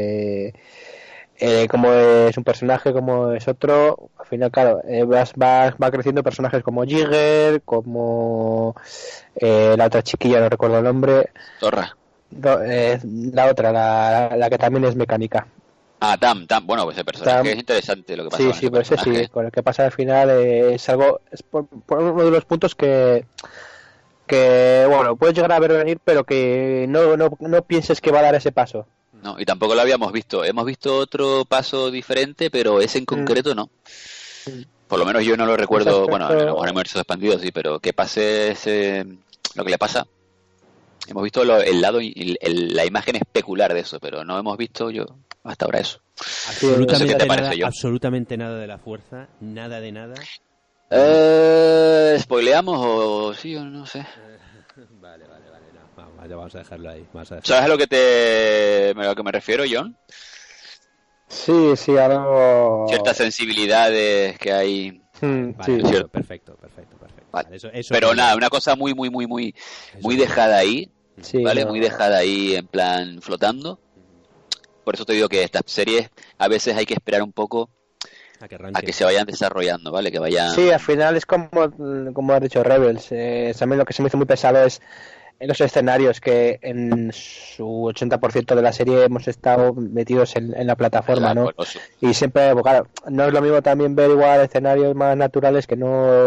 como es un personaje, como es otro. Al final, claro, va creciendo personajes como Jigger, como la otra chiquilla, no recuerdo el nombre. Zorra. La otra, la que también es mecánica. Tam, bueno, ese personaje es interesante lo que pasa. Sí, pues sí, con el que pasa al final es algo, es por uno de los puntos que bueno, puedes llegar a ver venir, pero que no pienses que va a dar ese paso. No, y tampoco lo habíamos visto. Hemos visto otro paso diferente, pero ese en concreto no. Por lo menos yo no lo recuerdo. Bueno, a lo mejor en universos expandidos sí, pero que pase lo que le pasa. Hemos visto el lado, la imagen especular de eso, pero no hemos visto yo hasta ahora eso. Absolutamente, no sé qué te parece, John. Absolutamente nada de la fuerza, nada de nada. ¿Spoileamos o sí o no sé? Vale. No, vamos a dejarlo ahí. ¿Sabes a lo que me refiero, John? Sí, algo... Ciertas sensibilidades que hay. Vale, perfecto. Vale. Eso pero nada, una cosa muy dejada ahí, ¿vale? Muy dejada ahí en plan flotando. Por eso te digo que estas series a veces hay que esperar un poco a que se vayan desarrollando, ¿vale? Que vayan... Sí, al final es como has dicho Rebels. También lo que se me hizo muy pesado es en los escenarios, que en su 80% de la serie hemos estado metidos en la plataforma, ¿no? Y siempre, claro, no es lo mismo también ver igual escenarios más naturales que no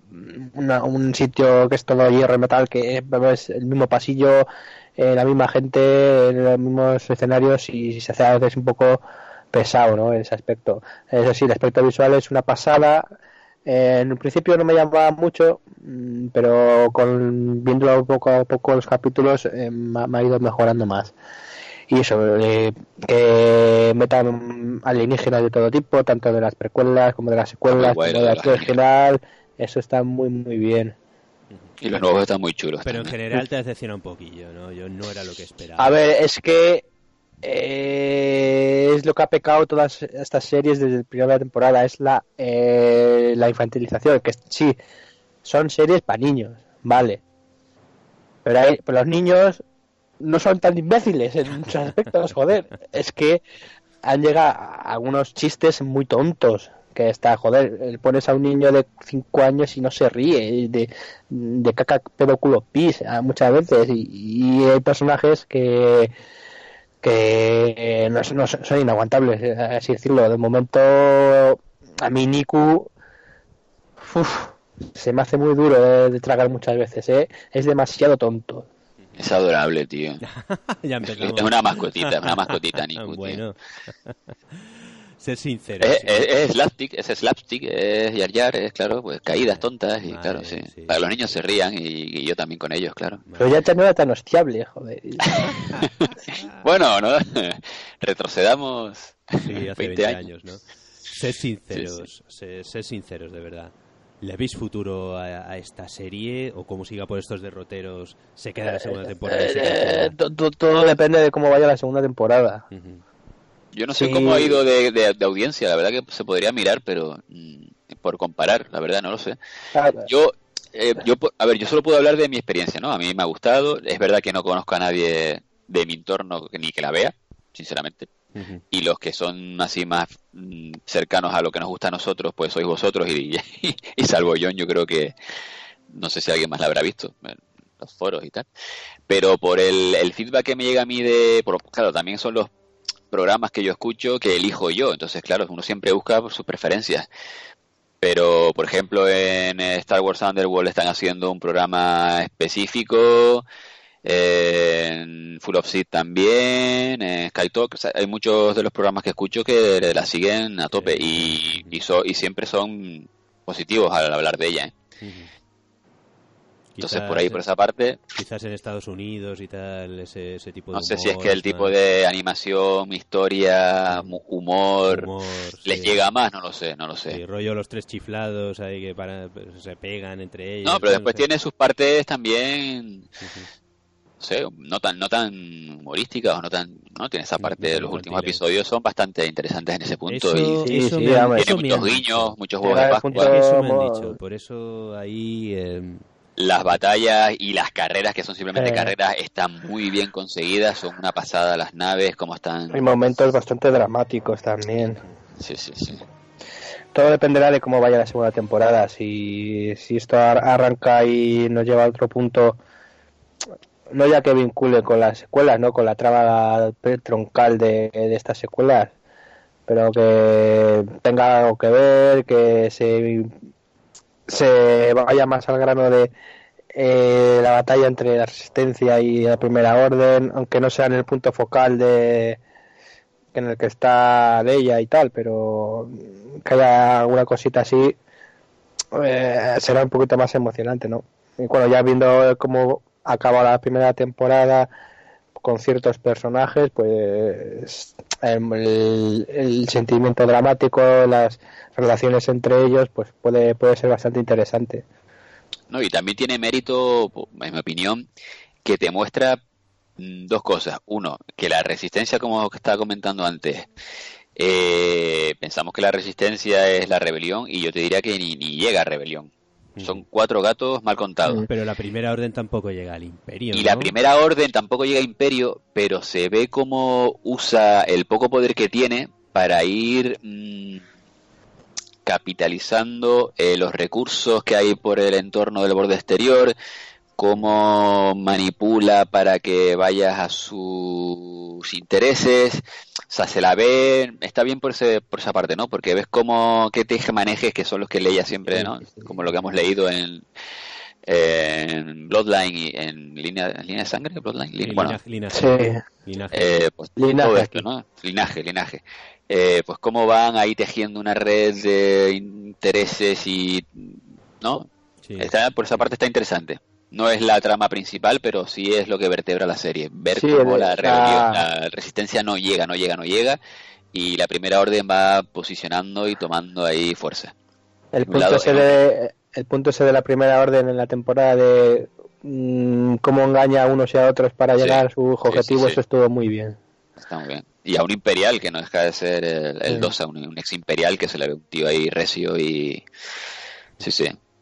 un sitio que es todo hierro y metal, que es el mismo pasillo, la misma gente, en los mismos escenarios, y se hace a veces un poco pesado, ¿no? En ese aspecto. Eso sí, el aspecto visual es una pasada. En un principio no me llamaba mucho, pero viéndolo poco a poco los capítulos me ha ido mejorando más. Y eso, que metan alienígenas de todo tipo, tanto de las precuelas como de las secuelas, como de la original, eso está muy muy bien. Y los nuevos están muy chulos. Pero también. En general te decepciona un poquillo, ¿no? Yo no era lo que esperaba. A ver, es que es lo que ha pecado todas estas series desde la primera temporada, es la infantilización, que sí, son series para niños, vale, pero los niños no son tan imbéciles en muchos aspectos, joder, es que han llegado a algunos chistes muy tontos, que está, joder, pones a un niño de 5 años y no se ríe de caca, pedo, culo, pis muchas veces, y hay personajes que no son inaguantables, así decirlo. De momento, a mí Niku se me hace muy duro de tragar muchas veces, es demasiado tonto. Es adorable, tío. Ya empezamos. Es una mascotita Niku. Bueno. Ser sincero. Es slapstick, es Yar Yar, es claro, pues caídas tontas y claro, sí. Para que los niños se rían y yo también con ellos, claro. Pero ya no era tan hostiable, joder. Bueno, ¿no? Retrocedamos. Sí, hace 20 años, ¿no? Ser sinceros, sí. Ser sinceros, de verdad. ¿Le veis futuro a esta serie? ¿O cómo siga por estos derroteros se queda la segunda temporada? Todo depende de cómo vaya la segunda temporada. Yo no sé cómo ha ido de audiencia, la verdad que se podría mirar, pero por comparar, la verdad no lo sé. Yo solo puedo hablar de mi experiencia, ¿no? A mí me ha gustado, es verdad que no conozco a nadie de mi entorno ni que la vea, sinceramente. Y los que son así más cercanos a lo que nos gusta a nosotros, pues sois vosotros y salvo yo creo que no sé si alguien más la habrá visto en los foros y tal, pero por el feedback que me llega a mí claro, también son los programas que yo escucho que elijo yo, entonces claro, uno siempre busca sus preferencias, pero por ejemplo en Star Wars Underworld están haciendo un programa específico, en Full of Seed también, en Sky Talk, o sea, hay muchos de los programas que escucho que la siguen a tope y siempre son positivos al hablar de ella, Entonces por ahí, por esa parte, quizás en Estados Unidos y tal, ese tipo de no sé humor, si es que el tipo de animación, historia, humor les llega más, no lo sé. Sí, rollo los tres chiflados ahí que se pegan entre ellos. No, pero después tiene sus partes también, no sé, no tan humorísticas o no tiene esa parte de los últimos episodios, son bastante interesantes en ese punto tiene muchos guiños, muchos juegos de Pascua. Eso me han dicho, por eso ahí las batallas y las carreras, que son simplemente carreras, están muy bien conseguidas, son una pasada las naves, como están. Hay momentos bastante dramáticos también. Sí. Todo dependerá de cómo vaya la segunda temporada. Si esto arranca y nos lleva a otro punto, no ya que vincule con las secuelas, no con la trama troncal de estas secuelas, pero que tenga algo que ver, que se vaya más al grano de la batalla entre la Resistencia y la Primera Orden, aunque no sea en el punto focal en el que está Leia y tal, pero que haya alguna cosita así, será un poquito más emocionante, ¿no? Y bueno, ya viendo cómo acaba la primera temporada con ciertos personajes, pues el sentimiento dramático, las relaciones entre ellos, pues puede ser bastante interesante. No, y también tiene mérito, en mi opinión, que te muestra dos cosas. Uno, que la resistencia, como estaba comentando antes, pensamos que la resistencia es la rebelión, y yo te diría que ni llega a rebelión. Son 4 gatos mal contados. Pero la Primera Orden tampoco llega al Imperio, y ¿no? La Primera Orden tampoco llega a Imperio, pero se ve cómo usa el poco poder que tiene para ir capitalizando los recursos que hay por el entorno del borde exterior, cómo manipula para que vayas a sus intereses. O sea, se la ve, está bien por esa parte, ¿no? Porque ves cómo qué tejemanejes que son los que leía siempre, ¿no? Como lo que hemos leído en Bloodline y en línea de sangre, Bloodline, linaje. Pues todo esto, ¿no? Linaje. Pues cómo van ahí tejiendo una red de intereses y, ¿no? Sí. Por esa parte está interesante. No es la trama principal, pero sí es lo que vertebra la serie. Ver cómo la rebelión, la resistencia no llega, y la Primera Orden va posicionando y tomando ahí fuerza. El punto ese de la Primera Orden en la temporada de cómo engaña a unos y a otros para llegar a sus objetivos, eso estuvo muy bien. Está muy bien. Y a un imperial que no deja de ser el Dosa, un ex imperial que se le ve un tío ahí recio y... Sí.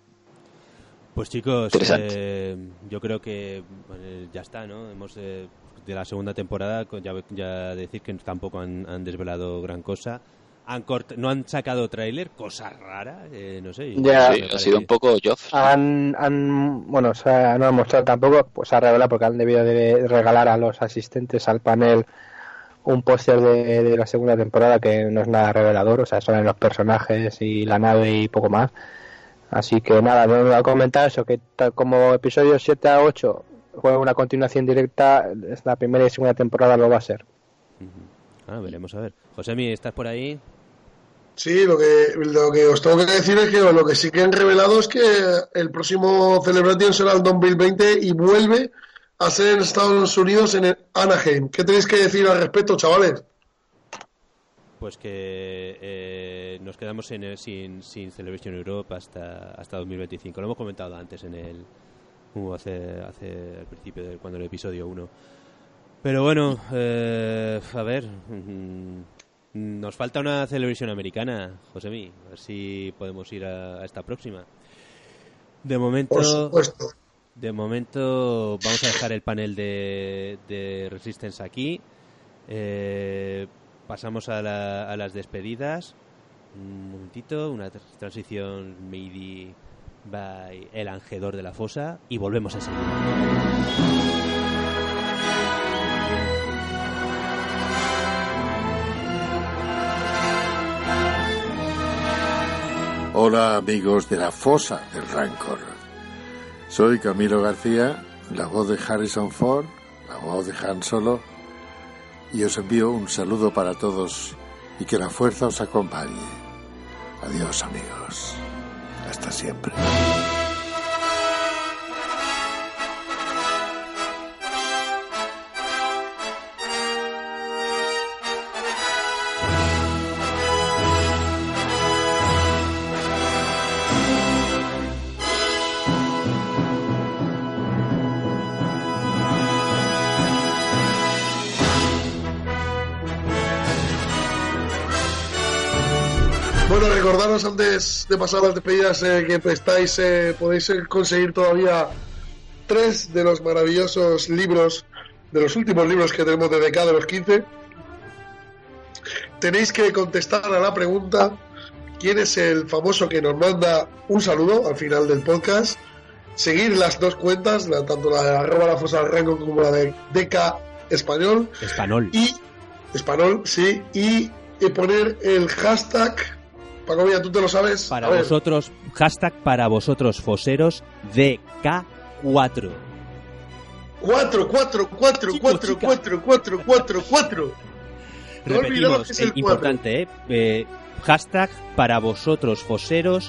Pues chicos, yo creo que ya está, ¿no? Hemos de la segunda temporada ya decir que tampoco han desvelado gran cosa. No han sacado tráiler, cosa rara, no sé. Ya, ha sido un poco Joff. No han mostrado tampoco, pues ha revelado porque han debido de regalar a los asistentes al panel un póster de la segunda temporada que no es nada revelador, o sea, son los personajes y la nave y poco más. Así que nada, no voy a comentar eso, que como episodios 7 a 8 fue una continuación directa, la primera y segunda temporada lo va a ser. Veremos a ver. Josemi, ¿estás por ahí? Sí, lo que os tengo que decir es que lo que sí que han revelado es que el próximo Celebration será el 2020 y vuelve a ser en Estados Unidos, en el Anaheim. ¿Qué tenéis que decir al respecto, chavales? Pues que nos quedamos sin Celebration Europe hasta 2025. Lo hemos comentado antes hace al principio cuando el episodio 1. Pero bueno, a ver, nos falta una Celebration americana, Josemi, a ver si podemos ir a esta próxima. De momento, por supuesto. De momento vamos a dejar el panel de Resistance aquí. Pasamos a las despedidas. Un momentito, una transición made by el Angedor de la Fosa y volvemos a seguir. Hola amigos de la Fosa del Rancor. Soy Camilo García, la voz de Harrison Ford, la voz de Han Solo, y os envío un saludo para todos y que la fuerza os acompañe. Adiós amigos. Hasta siempre. Bueno, recordaros antes de pasar a las despedidas que podéis conseguir todavía 3 de los maravillosos libros, de los últimos libros que tenemos de DK de los 15. Tenéis que contestar a la pregunta: ¿quién es el famoso que nos manda un saludo al final del podcast? Seguir las 2 cuentas, tanto la de @lafosadelrancor como la de DK Español. Y poner el hashtag. Paco Villa, ¿tú te lo sabes? Para vosotros, hashtag para vosotros foseros DK4. 4. Repetimos, es importante, hashtag para vosotros foseros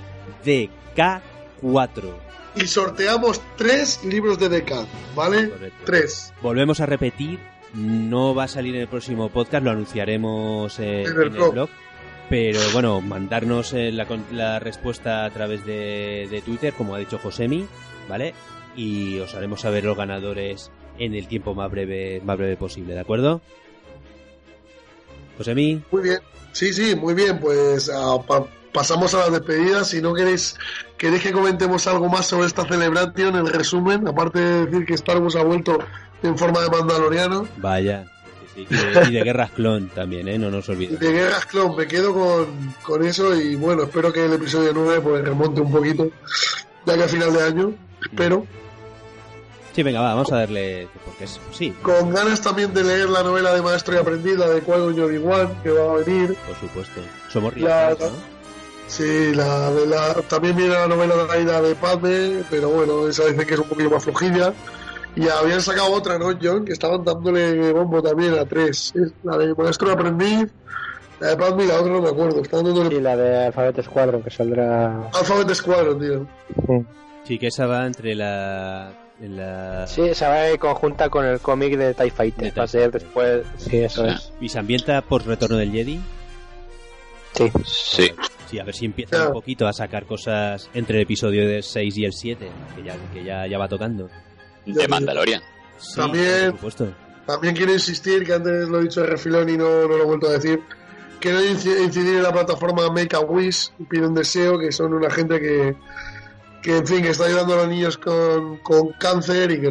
DK4. Y sorteamos 3 libros de DK, ¿vale? Correcto. 3. Volvemos a repetir, no va a salir en el próximo podcast, lo anunciaremos en el blog. Pero bueno, mandarnos la respuesta a través de Twitter, como ha dicho Josemi, ¿vale? Y os haremos saber los ganadores en el tiempo más breve posible, ¿de acuerdo? Josemi. Muy bien, sí, muy bien, pues pasamos a las despedidas. Si no queréis que comentemos algo más sobre esta Celebration, el resumen, aparte de decir que Star Wars ha vuelto en forma de mandaloriano. Vaya. Y de Guerras Clon también, no nos olvidemos. De Guerras Clon, me quedo con eso y bueno, espero que el episodio 9 pues remonte un poquito, ya que a final de año, espero. Sí, venga, vamos a darle... Porque es... Sí. Con ganas también de leer la novela de Maestro y Aprendiz, la de Qui-Gon y Obi-Wan, que va a venir. Por supuesto. Somos reales, ¿no? Sí, también viene la novela de la ida de Padme, pero bueno, esa dice que es un poquito más flojilla. Y habían sacado otra, ¿no, John? Que estaban dándole bombo también a 3. La de Maestro y Aprendiz, la de Padme y la otra no me acuerdo. Estaban dándole... Sí, la de Alphabet Squadron, que saldrá... Alphabet Squadron, tío. Sí, que esa va entre Sí, esa va en conjunta con el cómic de TIE Fighter. Va a ser después... Sí, eso es. ¿Y se ambienta por Retorno del Jedi? Sí. Sí. Sí, a ver si empieza un poquito a sacar cosas entre el episodio 6 y el 7, que ya va tocando. De Mandalorian. Sí, también, por supuesto. También quiero insistir, que antes lo he dicho de refilón y no lo he vuelto a decir, quiero incidir en la plataforma Make a Wish, Pide un Deseo, que son una gente que en fin, que está ayudando a los niños con cáncer y que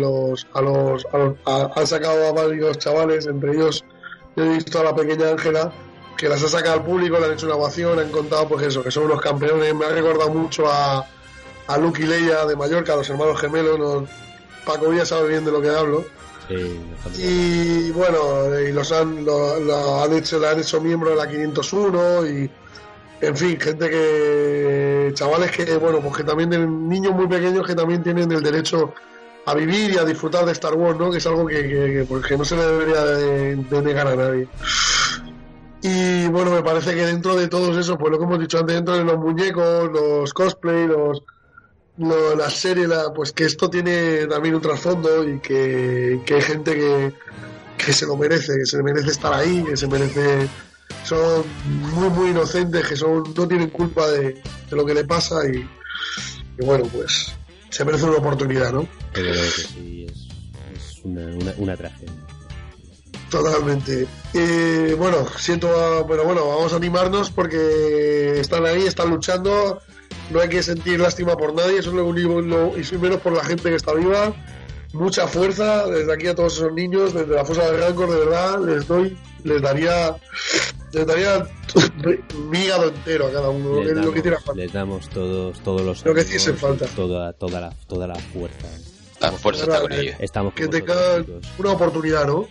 han sacado a varios chavales, entre ellos yo he visto a la pequeña Ángela, que las ha sacado al público, le han hecho una ovación, han contado pues eso, que son unos campeones. Me ha recordado mucho a Luke y Leia de Mallorca, los hermanos gemelos. Paco ya sabe bien de lo que hablo. Sí, y bueno, y le han hecho miembro de la 501 y en fin, chavales que bueno, pues que también tienen niños muy pequeños que también tienen el derecho a vivir y a disfrutar de Star Wars, ¿no? Que es algo que no se le debería de negar a nadie. Y bueno, me parece que dentro de todos eso, pues lo que hemos dicho antes, dentro de los muñecos, los cosplay, la serie, pues que esto tiene también un trasfondo y que hay gente que se lo merece, que se merece estar ahí, que se merece... Son muy muy inocentes, que no tienen culpa de lo que le pasa y bueno, pues se merece una oportunidad, ¿no? Pero creo que sí, es una tragedia. Totalmente. Bueno, pero bueno, vamos a animarnos porque están ahí, están luchando. No hay que sentir lástima por nadie, eso es lo único, y menos por la gente que está viva. Mucha fuerza desde aquí a todos esos niños, desde la fosa del Rancor, de verdad, les daría mi hígado entero a cada uno. Les damos todos los lo que hiciese falta. Toda la fuerza. La fuerza está con ellos. Estamos que tengan una oportunidad, ¿no?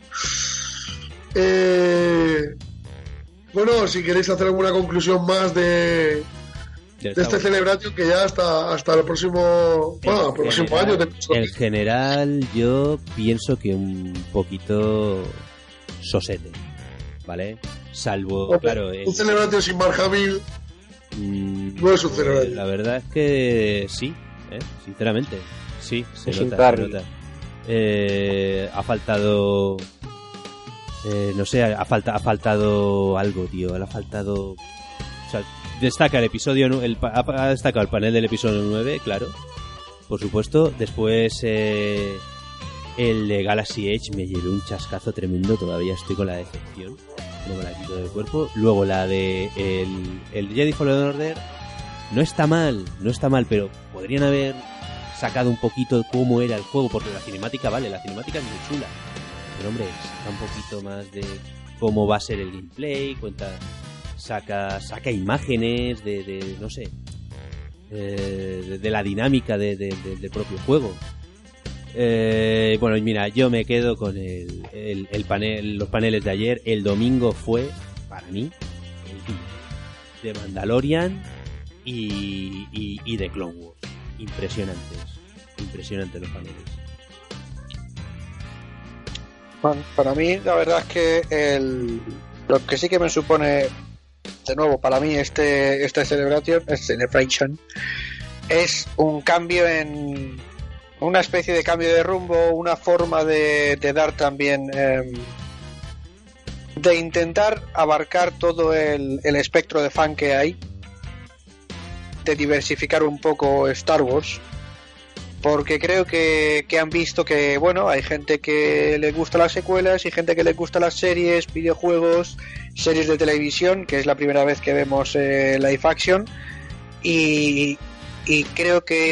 Bueno, si queréis hacer alguna conclusión más de este Celebration, que ya hasta el próximo año. En general, yo pienso que un poquito sosete, ¿vale? Salvo, claro... Un Celebration sin Mark Hamill no es un Celebration. La verdad es que sí, sinceramente. Sí, se nota. Ha faltado... no sé, ha faltado algo, tío. Ha faltado... O sea, destaca el episodio... ha destacado el panel del episodio 9, claro. Por supuesto. Después el de Galaxy Edge me llevé un chascazo tremendo. Todavía estoy con la decepción. No me la quito del cuerpo. Luego la de el Jedi Fallen Order. No está mal, pero podrían haber sacado un poquito cómo era el juego, porque la cinemática es muy chula. Pero hombre, saca un poquito más de cómo va a ser el gameplay, saca imágenes de no sé, de la dinámica del propio juego. Bueno, mira, yo me quedo con los paneles de ayer. El domingo fue, para mí, el de Mandalorian y de Clone Wars. Impresionantes los paneles. Bueno, para mí la verdad es que lo que sí que me supone, de nuevo, para mí este Celebration es un cambio en una especie de cambio de rumbo, una forma de dar también, de intentar abarcar todo el espectro de fan que hay, de diversificar un poco Star Wars, porque creo que han visto que, bueno, hay gente que le gusta las secuelas y gente que le gusta las series, videojuegos, series de televisión, que es la primera vez que vemos live action, y creo que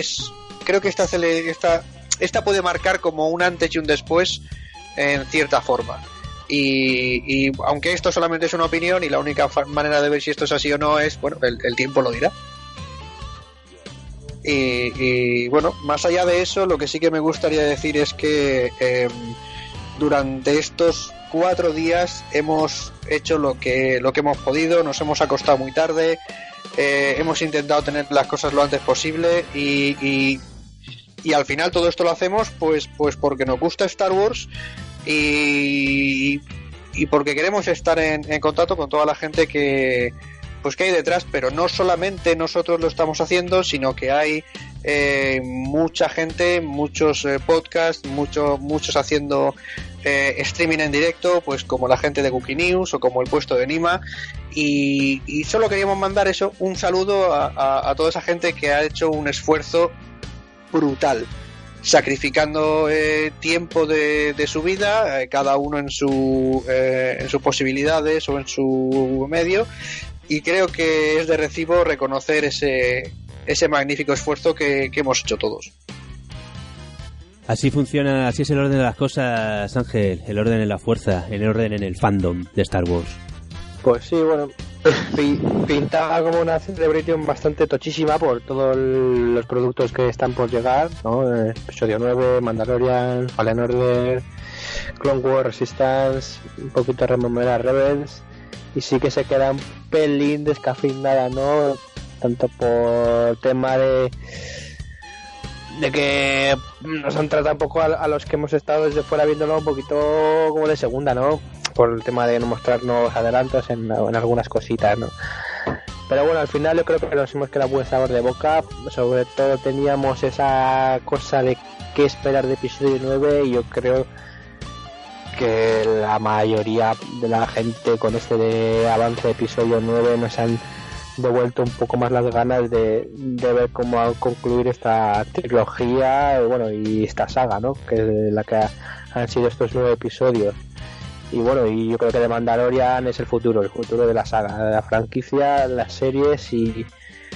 esta puede marcar como un antes y un después en cierta forma. Y aunque esto solamente es una opinión y la única manera de ver si esto es así o no es, bueno, el tiempo lo dirá. Y bueno, más allá de eso, lo que sí que me gustaría decir es que durante estos 4 días hemos hecho lo que hemos podido, nos hemos acostado muy tarde, hemos intentado tener las cosas lo antes posible y al final todo esto lo hacemos pues porque nos gusta Star Wars y porque queremos estar en contacto con toda la gente que hay detrás, pero no solamente nosotros lo estamos haciendo, sino que hay mucha gente, muchos podcasts, muchos haciendo streaming en directo, pues como la gente de Cookie News o como el puesto de Nima, y solo queríamos mandar un saludo a toda esa gente que ha hecho un esfuerzo brutal, sacrificando tiempo de su vida, cada uno en sus posibilidades o en su medio, y creo que es de recibo reconocer ese magnífico esfuerzo que hemos hecho todos. Así funciona, así es el orden de las cosas, Ángel, el orden en la fuerza, el orden en el fandom de Star Wars. Pues sí, bueno, pintaba como una Celebration bastante tochísima por todos los productos que están por llegar, ¿no? Episodio 9, Mandalorian, Fallen Order, Clone Wars, Resistance, un poquito Remember Rebels, y sí que se queda un pelín descafeinada, ¿no? Tanto por tema de que nos han tratado un poco a los que hemos estado desde fuera viéndolo un poquito como de segunda, ¿no? Por el tema de no mostrarnos adelantos en algunas cositas, ¿no? Pero bueno, al final yo creo que nos hemos quedado buen sabor de boca. Sobre todo teníamos esa cosa de qué esperar de episodio 9 y yo creo que la mayoría de la gente con este avance de episodio 9 nos han devuelto un poco más las ganas de ver cómo concluir esta trilogía, bueno, y esta saga, ¿no? Que es la que han sido estos 9 episodios. Y bueno, y yo creo que The Mandalorian es el futuro de la saga, de la franquicia, de las series, y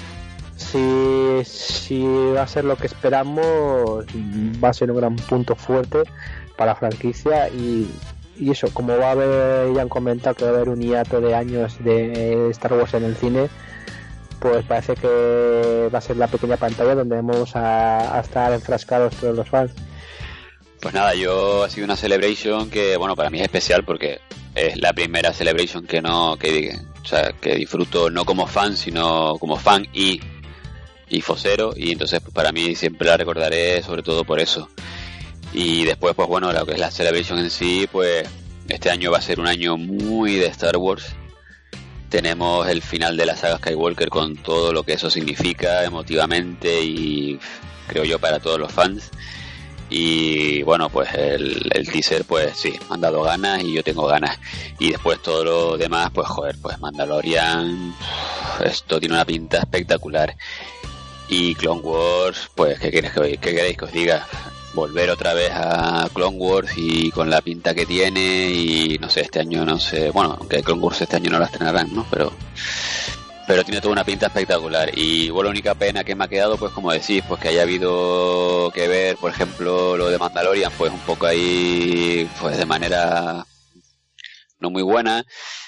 si va a ser lo que esperamos, va a ser un gran punto fuerte para la franquicia. Y eso, como va a haber, ya han comentado que va a haber un hiato de años de Star Wars en el cine, pues parece que va a ser la pequeña pantalla donde vamos a estar enfrascados todos los fans. Pues nada, ha sido una Celebration que, bueno, para mí es especial porque es la primera Celebration que disfruto no como fan, sino como fan y fosero, y entonces pues para mí siempre la recordaré sobre todo por eso. Y después, pues bueno, lo que es la Celebration en sí, pues este año va a ser un año muy de Star Wars. Tenemos el final de la saga Skywalker con todo lo que eso significa emotivamente y creo yo para todos los fans. Y bueno, pues el teaser, pues sí, me han dado ganas y yo tengo ganas. Y después todo lo demás, pues joder, pues Mandalorian, esto tiene una pinta espectacular. Y Clone Wars, pues ¿qué queréis que os diga? Volver otra vez a Clone Wars y con la pinta que tiene, y no sé, este año no sé, bueno, aunque Clone Wars este año no la estrenarán, ¿no? Pero tiene toda una pinta espectacular. Y bueno, la única pena que me ha quedado, pues como decís, pues que haya habido que ver, por ejemplo, lo de Mandalorian, pues un poco ahí, pues de manera no muy buena.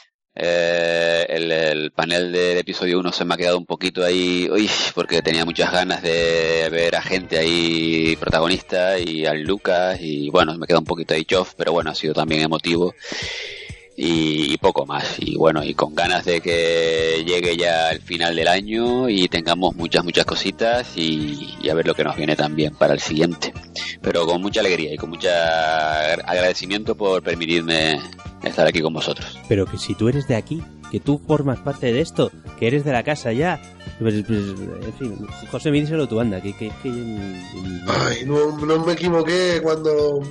El panel del episodio 1 se me ha quedado un poquito ahí, porque tenía muchas ganas de ver a gente ahí protagonista y a Lucas, y bueno, me queda un poquito ahí chof, pero bueno, ha sido también emotivo. Y poco más, y bueno, y con ganas de que llegue ya el final del año y tengamos muchas cositas y a ver lo que nos viene también para el siguiente, pero con mucha alegría y con mucho agradecimiento por permitirme estar aquí con vosotros. Pero que si tú eres de aquí, que tú formas parte de esto, que eres de la casa ya, pues en fin, José, me díselo tú, anda, que Ay, no me equivoqué cuando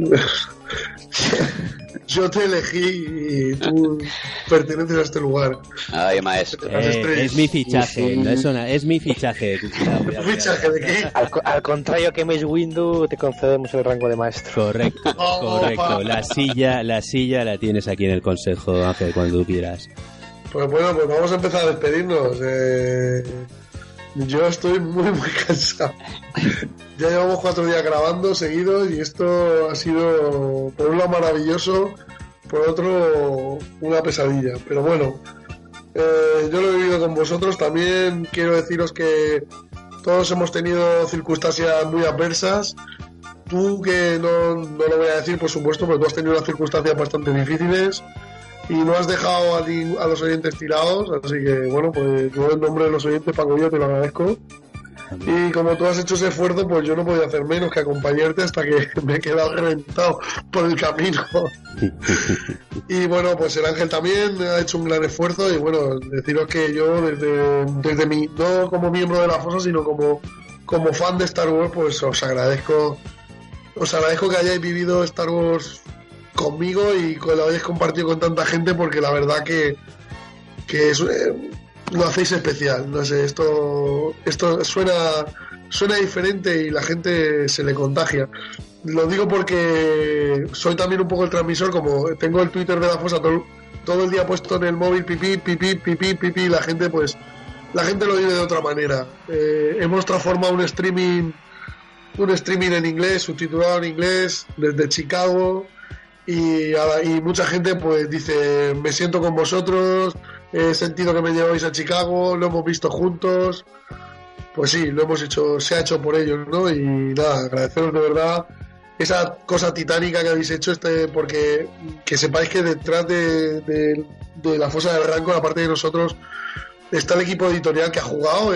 yo te elegí y tú perteneces a este lugar. Ay, maestro. Es mi fichaje, no es una, es mi fichaje. ¿Fichaje de qué? Al contrario que Mace Windu, te concedemos el rango de maestro. Correcto, correcto. La silla la tienes aquí en el consejo, Ángel, cuando tú quieras. Pues bueno, pues vamos a empezar a despedirnos. Yo estoy muy cansado. Ya llevamos 4 días grabando seguidos y esto ha sido, por un lado, maravilloso, por otro, una pesadilla. Pero bueno, yo lo he vivido con vosotros. También quiero deciros que todos hemos tenido circunstancias muy adversas. Tú, que no lo voy a decir, por supuesto, pero tú has tenido unas circunstancias bastante difíciles y no has dejado a los oyentes tirados, así que, bueno, pues yo en nombre de los oyentes, Paco, yo te lo agradezco. Y como tú has hecho ese esfuerzo, pues yo no podía hacer menos que acompañarte hasta que me he quedado reventado por el camino. Y bueno, pues el Ángel también ha hecho un gran esfuerzo y bueno, deciros que yo desde mi, no como miembro de la Fosa, sino como fan de Star Wars, pues os agradezco que hayáis vivido Star Wars conmigo y que lo hayáis compartido con tanta gente, porque la verdad que es... lo hacéis especial, no sé, esto suena diferente y la gente se le contagia. Lo digo porque soy también un poco el transmisor, como tengo el Twitter de la Fosa todo el día puesto en el móvil, pipí, la gente lo vive de otra manera. Hemos transformado un streaming en inglés, subtitulado en inglés, desde Chicago, y mucha gente pues dice, me siento con vosotros, he sentido que me lleváis a Chicago, lo hemos visto juntos. Pues sí, lo hemos hecho, se ha hecho por ellos, ¿no? Y nada, agradeceros de verdad esa cosa titánica que habéis hecho, porque que sepáis que detrás de la Fosa del Rancor, aparte de nosotros, está el equipo editorial que ha jugado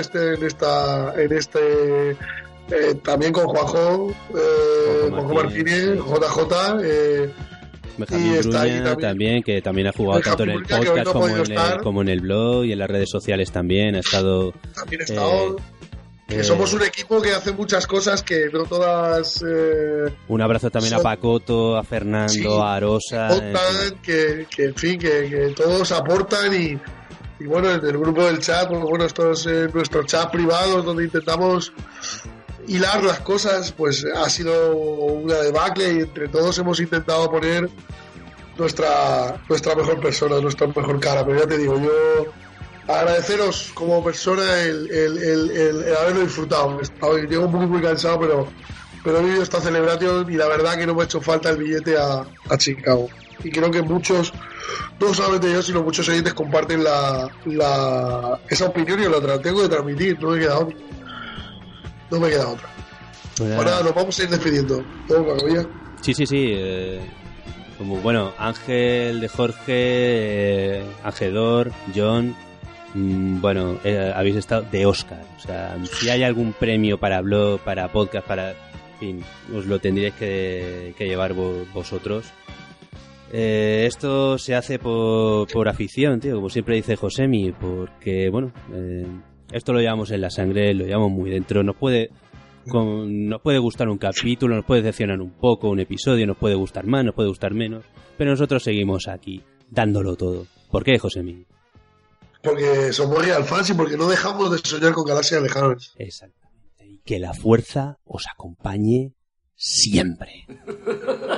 también con Juanjo Martínez, JJ, Benjamín Bruña también, que también ha jugado tanto en el podcast como en el blog y en las redes sociales también. Ha estado. También ha estado. Que somos un equipo que hace muchas cosas que no todas. Un abrazo también a Pacoto, a Fernando, sí, a Arosa. Que todos aportan y bueno, en el grupo del chat, pues bueno, estos nuestros chats privados donde intentamos hilar las cosas, pues ha sido una debacle y entre todos hemos intentado poner nuestra mejor persona, nuestra mejor cara. Pero ya te digo, yo agradeceros como persona el haberlo disfrutado. Llego muy cansado, pero he vivido esta celebración y la verdad que no me ha hecho falta el billete a Chicago. Y creo que muchos, no solamente yo, sino muchos oyentes comparten esa opinión y la tengo de transmitir, no me queda otra. Pues ahora nos vamos a ir despidiendo. Sí. Como bueno, Ángel, de Jorge, Ángel, John, bueno, habéis estado de Oscar. O sea, si hay algún premio para blog, para podcast, en fin, os lo tendríais que llevar vosotros. Esto se hace por afición, tío, como siempre dice Josemi, porque bueno, esto lo llevamos en la sangre, lo llevamos muy dentro. Nos puede gustar un capítulo, nos puede decepcionar un poco un episodio, nos puede gustar más, nos puede gustar menos, pero nosotros seguimos aquí dándolo todo. ¿Por qué, Josemi? Porque somos real fans y porque no dejamos de soñar con galaxias lejanas. Exactamente. Y que la fuerza os acompañe siempre.